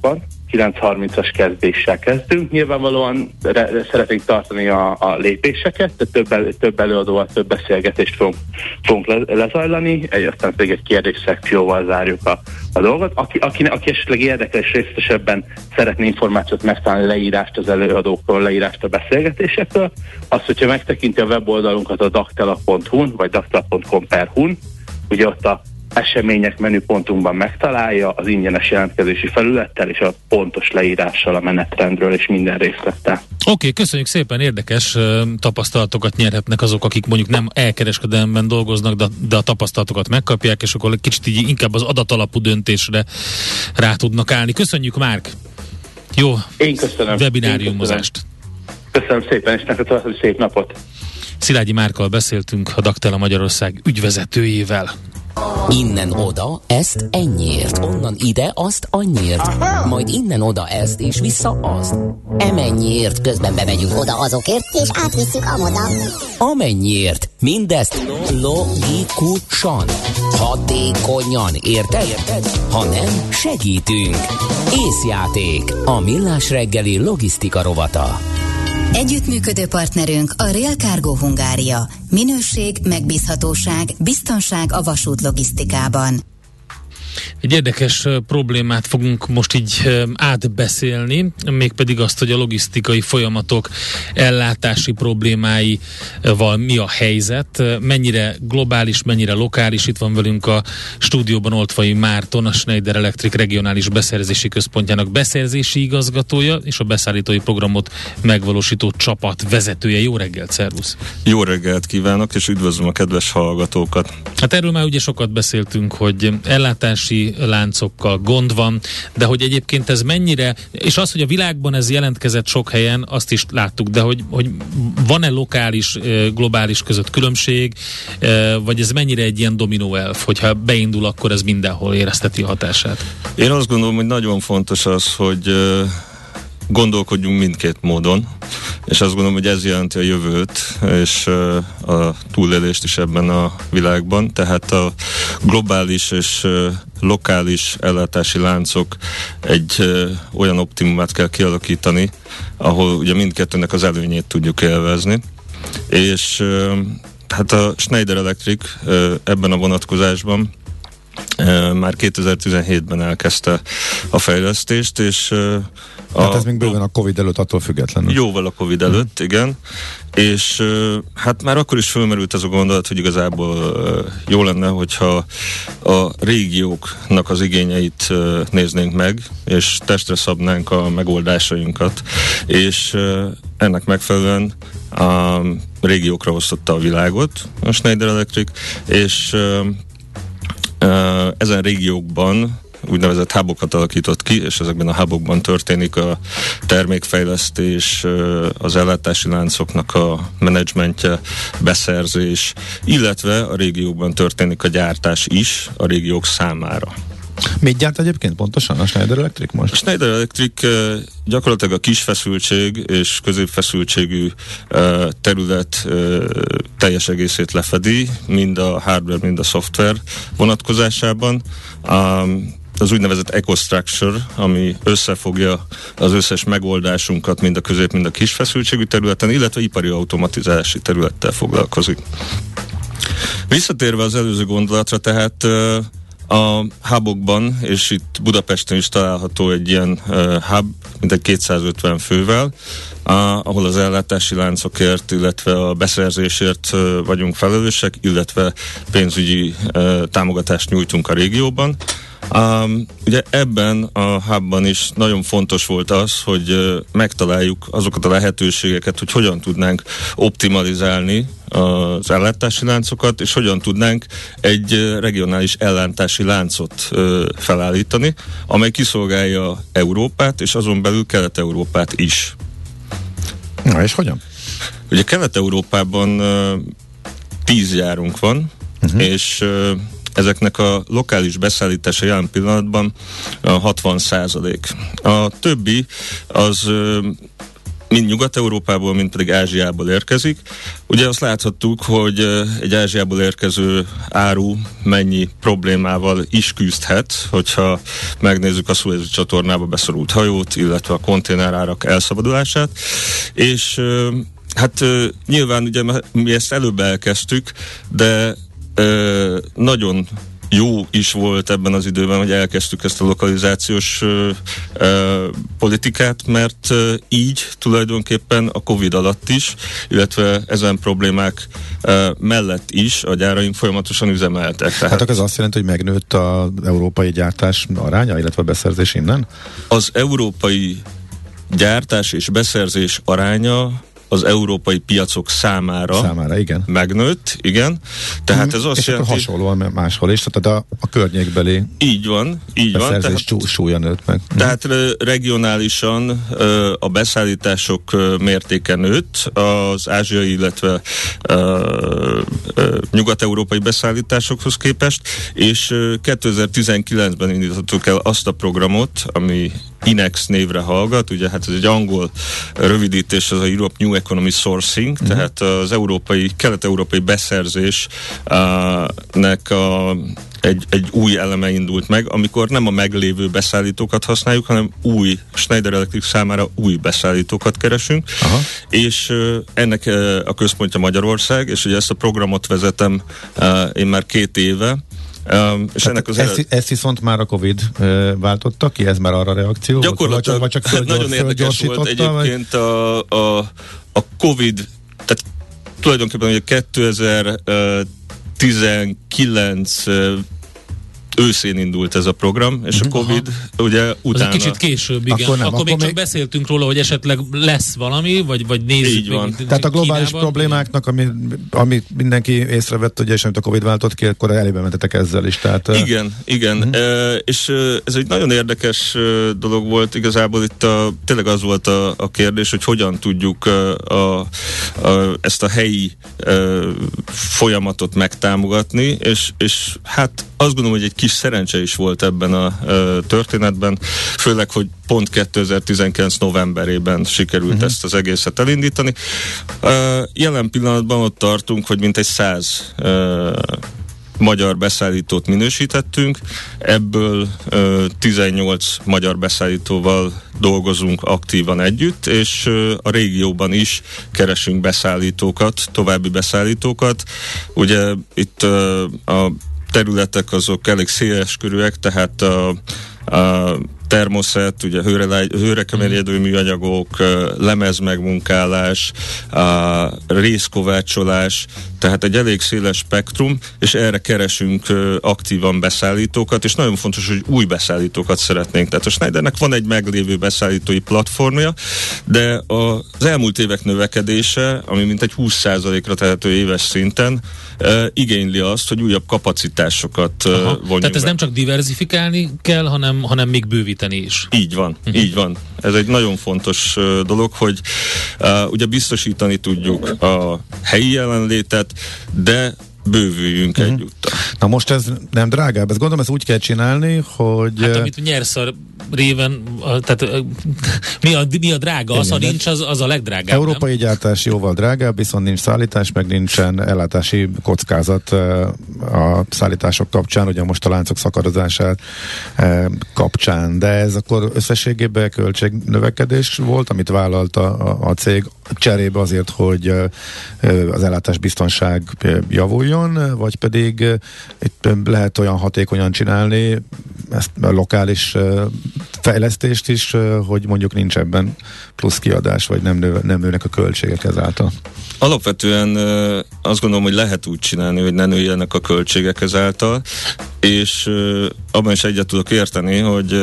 kilenc harmincas kezdéssel kezdünk. Nyilvánvalóan re- szeretnénk tartani a, a lépéseket, de több, el- több előadóval több beszélgetést fogunk, fogunk le- lezajlani, egy, aztán pedig egy kérdésszekcióval zárjuk a, a dolgot. Aki, aki, aki esetleg érdekel és részletesebben szeretné információt megtalálni, leírást az előadókról, leírást a beszélgetésekről, az, hogyha megtekinti a weboldalunkat a daktela pont hu-n, vagy daktela pont com per hu-n, ugye ott a események menüpontunkban megtalálja az ingyenes jelentkezési felülettel és a pontos leírással a menetrendről és minden részlettel. Oké, okay, köszönjük szépen, érdekes uh, tapasztalatokat nyerhetnek azok, akik mondjuk nem elkereskedelemben dolgoznak, de, de a tapasztalatokat megkapják, és akkor kicsit így inkább az adatalapú döntésre rá tudnak állni. Köszönjük, Márk! Jó Én köszönöm. webináriumozást! Köszönöm szépen, és neked további szép napot! Szilágyi Márkkal beszéltünk, a Daktela Magyarország ügyvezetőjével. Innen oda, ezt ennyiért, onnan ide, azt annyiért, majd innen oda ezt, és vissza azt. Emennyiért, közben bemegyünk oda azokért, és átvisszük amoda. Amennyiért, mindezt logikusan, hatékonyan, érted? Érted? Ha nem, segítünk. Észjáték, a Millás reggeli logisztika rovata. Együttműködő partnerünk a Rail Cargo Hungária. Minőség, megbízhatóság, biztonság a vasút logisztikában. Egy érdekes problémát fogunk most így átbeszélni, mégpedig azt, hogy a logisztikai folyamatok ellátási problémáival mi a helyzet, mennyire globális, mennyire lokális. Itt van velünk a stúdióban Oltvai Márton, a Schneider Electric regionális beszerzési központjának beszerzési igazgatója, és a beszállítói programot megvalósító csapat vezetője. Jó reggelt, szervusz! Jó reggelt kívánok, és üdvözlöm a kedves hallgatókat! Hát erről már ugye sokat beszéltünk, hogy ellátási láncokkal gond van, de hogy egyébként ez mennyire, és az, hogy a világban ez jelentkezett sok helyen, azt is láttuk, de hogy, hogy van-e lokális, globális között különbség, vagy ez mennyire egy ilyen dominó elf, hogyha beindul, akkor ez mindenhol érezteti a hatását? Én azt gondolom, hogy nagyon fontos az, hogy gondolkodjunk mindkét módon, és azt gondolom, hogy ez jelenti a jövőt, és a túlélést is ebben a világban, tehát a globális és lokális ellátási láncok egy olyan optimumát kell kialakítani, ahol ugye mindkettőnek az előnyét tudjuk élvezni, és hát a Schneider Electric ebben a vonatkozásban már kétezer-tizenhétben elkezdte a fejlesztést, és A, hát ez még bőven a Covid előtt, attól függetlenül. Jóval a Covid előtt, mm. igen. És hát már akkor is fölmerült ez a gondolat, hogy igazából jó lenne, hogyha a régióknak az igényeit néznénk meg, és testre szabnánk a megoldásainkat, és ennek megfelelően a régiókra osztotta a világot a Schneider Electric, és ezen régiókban úgynevezett hubokat alakított ki, és ezekben a hubokban történik a termékfejlesztés, az ellátási láncoknak a menedzsmentje, beszerzés, illetve a régiókban történik a gyártás is a régiók számára. Mit gyárt egyébként pontosan a Schneider Electric most? A Schneider Electric gyakorlatilag a kis feszültség és középfeszültségű terület teljes egészét lefedi, mind a hardware, mind a szoftver vonatkozásában. Az úgynevezett EcoStructure, ami összefogja az összes megoldásunkat mind a közép, mind a kis feszültségű területen, illetve ipari automatizálási területtel foglalkozik. Visszatérve az előző gondolatra, tehát a hubokban, és itt Budapesten is található egy ilyen uh, hub, mintegy kétszázötven fővel, uh, ahol az ellátási láncokért, illetve a beszerzésért uh, vagyunk felelősek, illetve pénzügyi uh, támogatást nyújtunk a régióban. Um, ugye ebben a hubban is nagyon fontos volt az, hogy uh, megtaláljuk azokat a lehetőségeket, hogy hogyan tudnánk optimalizálni az ellátási láncokat, és hogyan tudnánk egy uh, regionális ellátási láncot uh, felállítani, amely kiszolgálja Európát, és azon belül Kelet-Európát is. Na és hogyan? Ugye Kelet-Európában uh, tíz gyárunk van, uh-huh. és uh, ezeknek a lokális beszállítása jelen pillanatban a hatvan százalék. A többi az mind Nyugat-Európából, mind pedig Ázsiából érkezik. Ugye azt láthattuk, hogy egy Ázsiából érkező áru mennyi problémával is küzdhet, hogyha megnézzük a Szuézi csatornába beszorult hajót, illetve a konténerárak elszabadulását, és hát nyilván ugye mi ezt előbb elkezdtük, de nagyon jó is volt ebben az időben, hogy elkezdtük ezt a lokalizációs ö, ö, politikát, mert ö, így tulajdonképpen a Covid alatt is, illetve ezen problémák ö, mellett is a gyáraink folyamatosan üzemeltek. Tehát hát ez azt jelenti, hogy megnőtt az európai gyártás aránya, illetve a beszerzés innen? Az európai gyártás és beszerzés aránya az európai piacok számára, számára igen. megnőtt, igen. Tehát ez azt és jelenti... akkor hasonlóan máshol is, tehát a, a környékbeli így van, így van. beszerzés Tehát, súlya nőtt meg. Tehát regionálisan a beszállítások mértéke nőtt, az ázsiai, illetve nyugat-európai beszállításokhoz képest, és kétezer-tizenkilencben indítottuk el azt a programot, ami INEX névre hallgat, ugye hát ez egy angol rövidítés, az a Europe New Economy Sourcing, uh-huh. tehát az európai, kelet-európai beszerzésnek a Egy, egy új eleme indult meg, amikor nem a meglévő beszállítókat használjuk, hanem új, Schneider Electric számára új beszállítókat keresünk, aha. és uh, ennek uh, a központja Magyarország, és ugye ezt a programot vezetem uh, én már két éve. Um, és ennek az ezt, el... ezt viszont már a Covid uh, váltotta ki? Ez már arra reakció? Gyakorlatilag vagy csak, vagy csak nagyon érdekes volt egyébként a, a, a Covid, tehát tulajdonképpen ugye kétezer-tizenkilenc őszén indult ez a program, és uh-huh. a Covid aha. ugye utána... Az egy kicsit később, igen. Akkor, nem, akkor, akkor még, még csak beszéltünk róla, hogy esetleg lesz valami, vagy, vagy nézzük. Így van. Még, Tehát a globális Kínában, problémáknak, ami, ami mindenki észrevett, ugye, és amit a Covid váltott ki, akkor elébe mentetek ezzel is. Tehát, igen, igen. Uh-huh. E, és ez egy nagyon érdekes dolog volt, igazából itt a, tényleg az volt a, a kérdés, hogy hogyan tudjuk a, a, a, ezt a helyi a, folyamatot megtámogatni, és, és hát azt gondolom, hogy egy kis szerencse is volt ebben a uh, történetben, főleg, hogy pont kétezer-tizenkilenc novemberében sikerült uh-huh. ezt az egészet elindítani. Uh, jelen pillanatban ott tartunk, hogy mintegy száz uh, magyar beszállítót minősítettünk, ebből uh, tizennyolc magyar beszállítóval dolgozunk aktívan együtt, és uh, a régióban is keresünk beszállítókat, további beszállítókat. Ugye itt uh, a területek azok elég széleskörűek, tehát a, a termoszet, ugye hőre, hőrekemérjedő műanyagok, lemezmegmunkálás, a részkovácsolás, tehát egy elég széles spektrum, és erre keresünk aktívan beszállítókat, és nagyon fontos, hogy új beszállítókat szeretnénk. Tehát a Schneidernek van egy meglévő beszállítói platformja, de az elmúlt évek növekedése, ami mintegy húsz százalékra tehető éves szinten, igényli azt, hogy újabb kapacitásokat aha. vonjunk. Tehát ez be. nem csak diverzifikálni kell, hanem, hanem még bővíteni is. Így van, uh-huh. így van. Ez egy nagyon fontos uh, dolog, hogy uh, ugye biztosítani tudjuk a helyi jelenlétet, de bővüljünk uh-huh. egyúttal. Na most ez nem drágább, ezt gondolom, ezt úgy kell csinálni, hogy... Hát amit nyersz a réven, a, tehát mi a, mi a drága, az, ha nincs, az, az a legdrágább. Európai nem? gyártás jóval drágább, viszont nincs szállítás, meg nincsen ellátási kockázat a szállítások kapcsán, ugye most a láncok szakadozását kapcsán, de ez akkor összességében költségnövekedés volt, amit vállalt a, a cég cserébe azért, hogy az ellátás biztonság javuljon, vagy pedig itt lehet olyan hatékonyan csinálni ezt a lokális fejlesztést is, hogy mondjuk nincs ebben plusz kiadás, vagy nem, nő, nem nőnek a költségek ezáltal. Alapvetően azt gondolom, hogy lehet úgy csinálni, hogy ne nőjenek a költségek ezáltal, és abban is egyet tudok érteni, hogy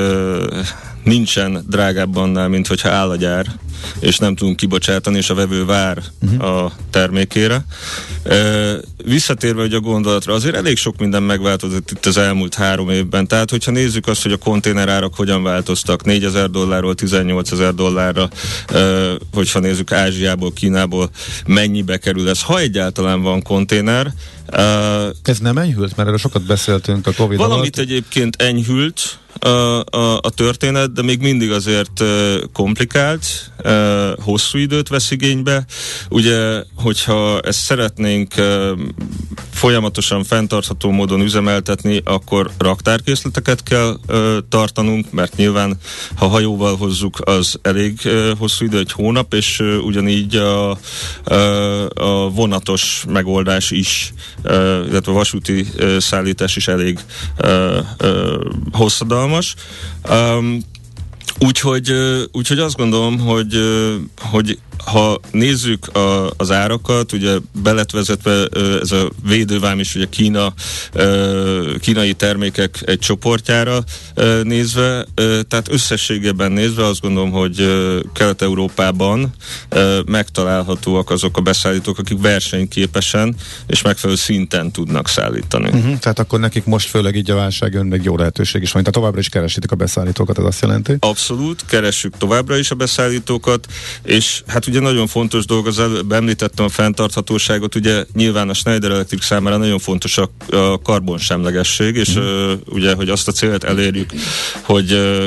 nincsen drágább annál, mint hogyha áll a gyár, és nem tudunk kibocsátani, és a vevő vár uh-huh. a termékére. E, visszatérve ugye a gondolatra, azért elég sok minden megváltozott itt az elmúlt három évben. Tehát, hogyha nézzük azt, hogy a konténerárak hogyan változtak, négyezer dollárról tizennyolcezer dollárra, e, hogyha nézzük Ázsiából, Kínából, mennyibe kerül ez, ha egyáltalán van konténer. Uh, Ez nem enyhült? Mert erről sokat beszéltünk a Covid alatt. Valamit egyébként enyhült a, a, a történet, de még mindig azért uh, komplikált, uh, uh, hosszú időt vesz igénybe. Ugye, hogyha ezt szeretnénk uh, folyamatosan fenntartható módon üzemeltetni, akkor raktárkészleteket kell uh, tartanunk, mert nyilván, ha hajóval hozzuk, az elég uh, hosszú idő, egy hónap, és uh, ugyanígy a, uh, a vonatos megoldás is, uh, illetve a vasúti uh, szállítás is elég uh, uh, hosszadalmas. Um, úgyhogy, uh, úgyhogy azt gondolom, hogy, uh, hogy ha nézzük a, az árakat, ugye be lett vezetve ez a védővám is ugye Kína, kínai termékek egy csoportjára nézve, tehát összességében nézve azt gondolom, hogy Kelet-Európában megtalálhatóak azok a beszállítók, akik versenyképesen és megfelelő szinten tudnak szállítani. Uh-huh, tehát akkor nekik most főleg így a válság jön, meg jó lehetőség is van. Tehát továbbra is keresitek a beszállítókat, ez azt jelenti? Abszolút, keressük továbbra is a beszállítókat, és hát ugye nagyon fontos dolog, az előbb említettem a fenntarthatóságot, ugye nyilván a Schneider Electric számára nagyon fontos a, a karbonsemlegesség, és mm. uh, ugye, hogy azt a célt elérjük, hogy uh,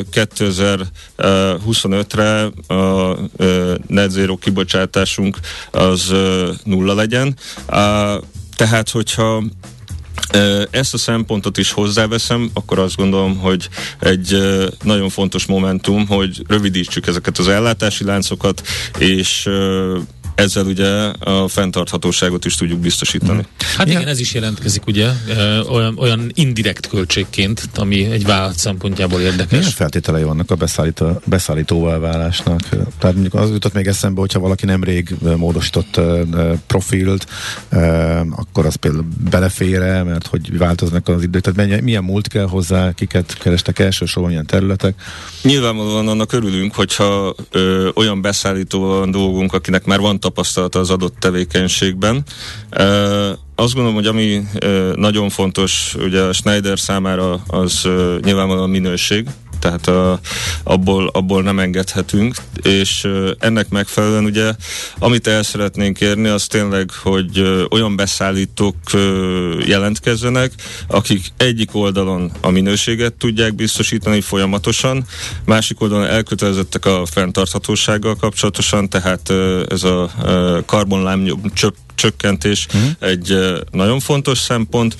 kétezer-huszonötre a uh, net zero kibocsátásunk az uh, nulla legyen. Uh, tehát, hogyha ezt a szempontot is hozzáveszem, akkor azt gondolom, hogy egy nagyon fontos momentum, hogy rövidítsük ezeket az ellátási láncokat, és ezzel ugye a fenntarthatóságot is tudjuk biztosítani. Hát igen, ez is jelentkezik ugye olyan, olyan indirekt költségként, ami egy vállalat szempontjából érdekes. Milyen feltételei vannak a beszállító, beszállítóvá válásnak? Tehát mondjuk az jutott még eszembe, hogyha valaki nemrég módosított profilt, akkor az például belefér-e, mert hogy változnak az idők, tehát milyen, milyen múlt kell hozzá, kiket kerestek elsősorban, milyen területek? Nyilvánvalóan annak örülünk, hogyha ö, olyan beszállítóval dolgunk, akinek már van tapasztalata az adott tevékenységben. Ö, azt gondolom, hogy ami ö, nagyon fontos, ugye a Schneider számára az ö, nyilvánvalóan a minőség, tehát a, abból, abból nem engedhetünk, és ö, ennek megfelelően ugye, amit el szeretnénk érni, az tényleg, hogy ö, olyan beszállítók ö, jelentkezzenek, akik egyik oldalon a minőséget tudják biztosítani folyamatosan, másik oldalon elkötelezettek a fenntarthatósággal kapcsolatosan, tehát ö, ez a karbonlábnyom csöpp csökkentés mm. egy uh, nagyon fontos szempont,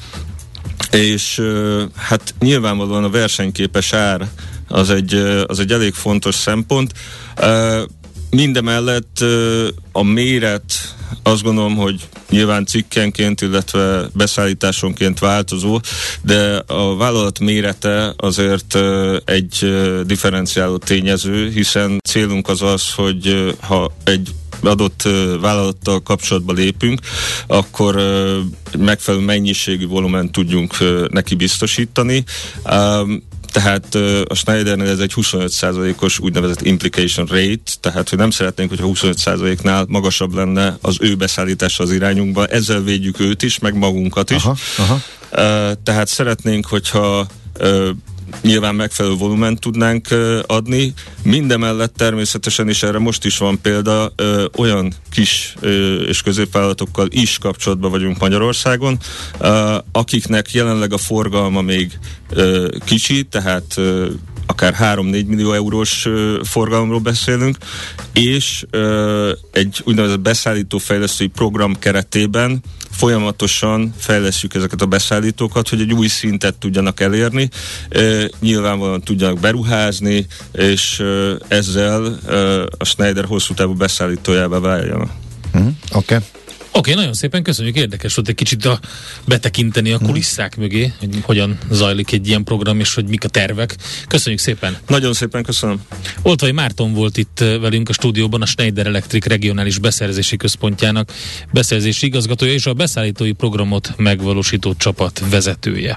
és uh, hát nyilvánvalóan a versenyképes ár az egy, uh, az egy elég fontos szempont. Uh, mindemellett uh, a méret, azt gondolom, hogy nyilván cikkenként, illetve beszállításonként változó, de a vállalat mérete azért uh, egy uh, differenciáló tényező, hiszen célunk az az, hogy uh, ha egy adott uh, vállalattal kapcsolatba lépünk, akkor uh, megfelelő mennyiségű volument tudjunk uh, neki biztosítani. Um, tehát uh, a Schneidernél ez egy huszonöt százalékos úgynevezett implication rate, tehát hogy nem szeretnénk, hogyha huszonöt százaléknál magasabb lenne az ő beszállítása az irányunkba, ezzel védjük őt is, meg magunkat is. Aha, aha. Uh, tehát szeretnénk, hogyha uh, nyilván megfelelő volument tudnánk uh, adni. Mindemellett természetesen, és erre most is van példa, uh, olyan kis uh, és középvállalatokkal is kapcsolatban vagyunk Magyarországon, uh, akiknek jelenleg a forgalma még uh, kicsi, tehát uh, akár három-négy millió eurós uh, forgalomról beszélünk, és uh, egy úgynevezett beszállítófejlesztői program keretében folyamatosan fejlesztjük ezeket a beszállítókat, hogy egy új szintet tudjanak elérni, uh, nyilvánvalóan tudjanak beruházni, és uh, ezzel uh, a Schneider hosszú távú beszállítójává váljanak. Mm, Oké. Okay. Oké, okay, nagyon szépen köszönjük, érdekes volt egy kicsit a, betekinteni a kulisszák hmm. mögé, hogy hogyan zajlik egy ilyen program, és hogy mik a tervek. Köszönjük szépen! Nagyon szépen köszönöm! Oltvai Márton volt itt velünk a stúdióban, a Schneider Electric regionális beszerzési központjának beszerzési igazgatója és a beszállítói programot megvalósító csapat vezetője.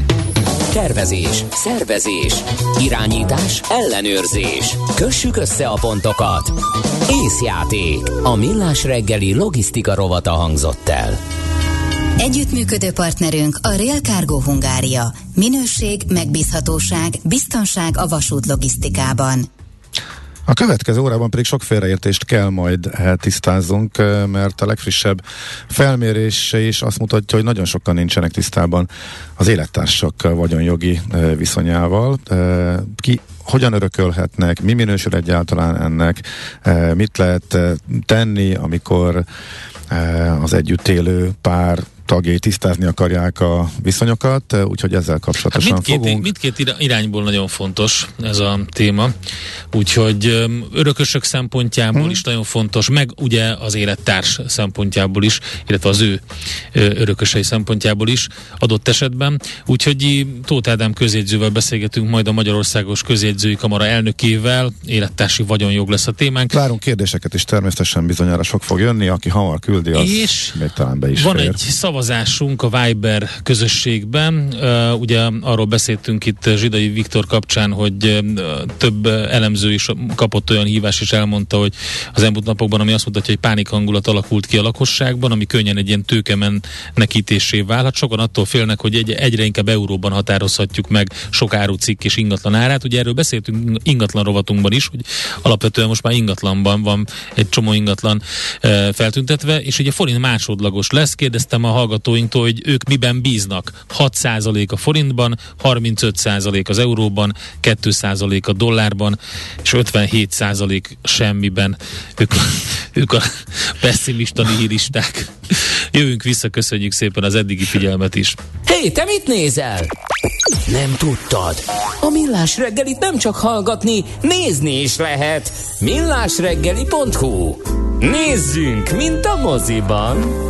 Tervezés, szervezés, irányítás, ellenőrzés. Kössük össze a pontokat. Észjáték. A Millás reggeli logisztika rovata hangzott el. Együttműködő partnerünk a Rail Cargo Hungária. Minőség, megbízhatóság, biztonság a vasút logisztikában. A következő órában pedig sok félreértést kell majd tisztázzunk, mert a legfrissebb felmérés is azt mutatja, hogy nagyon sokan nincsenek tisztában az élettársak vagyonjogi viszonyával. Ki hogyan örökölhetnek, mi minősül egyáltalán ennek, mit lehet tenni, amikor az együtt élő pár tagjai tisztázni akarják a viszonyokat, úgyhogy ezzel kapcsolatosan hát mindkét, fogunk. Mindkét irányból nagyon fontos ez a téma, úgyhogy örökösök szempontjából hmm. is nagyon fontos, meg ugye az élettárs szempontjából is, illetve az ő örökösei szempontjából is adott esetben. Úgyhogy Tóth Ádám közjegyzővel beszélgetünk majd a Magyarországos Közjegyzői Kamara elnökével, élettársi vagyonjog lesz a témánk. Várunk kérdéseket is, természetesen bizonyára sok fog jönni, aki hamar küldi, az és még talán be is van fér. egy szavazásunk a Viber közösségben. Uh, ugye arról beszéltünk itt Zsidai Viktor kapcsán, hogy uh, több elemző is kapott olyan hívás, és elmondta, hogy az elmúlt napokban, ami azt mutatja, hogy pánikhangulat alakult ki a lakosságban, ami könnyen egy ilyen tőkemenekítésé válhat. Sokan attól félnek, hogy egy, egyre inkább euróban határozhatjuk meg sok árucikk és ingatlan árát. Ugye erről beszéltünk ingatlan rovatunkban is, hogy alapvetően most már ingatlanban van egy csomó ingatlan uh, feltüntetve, és ugye forint másodlagos lesz. Kérdeztem a hallgatóinktól, hogy ők miben bíznak. hat százalék a forintban, harmincöt százalék az euróban, két százalék a dollárban, és ötvenhét százalék semmiben. Ők, ők a pessimista nihilisták. Jövünk vissza, köszönjük szépen az eddigi figyelmet is. Hé, hey, te mit nézel? Nem tudtad? A Millás reggelit nem csak hallgatni, nézni is lehet. millásreggeli pont hu. Nézzünk, mint a moziban.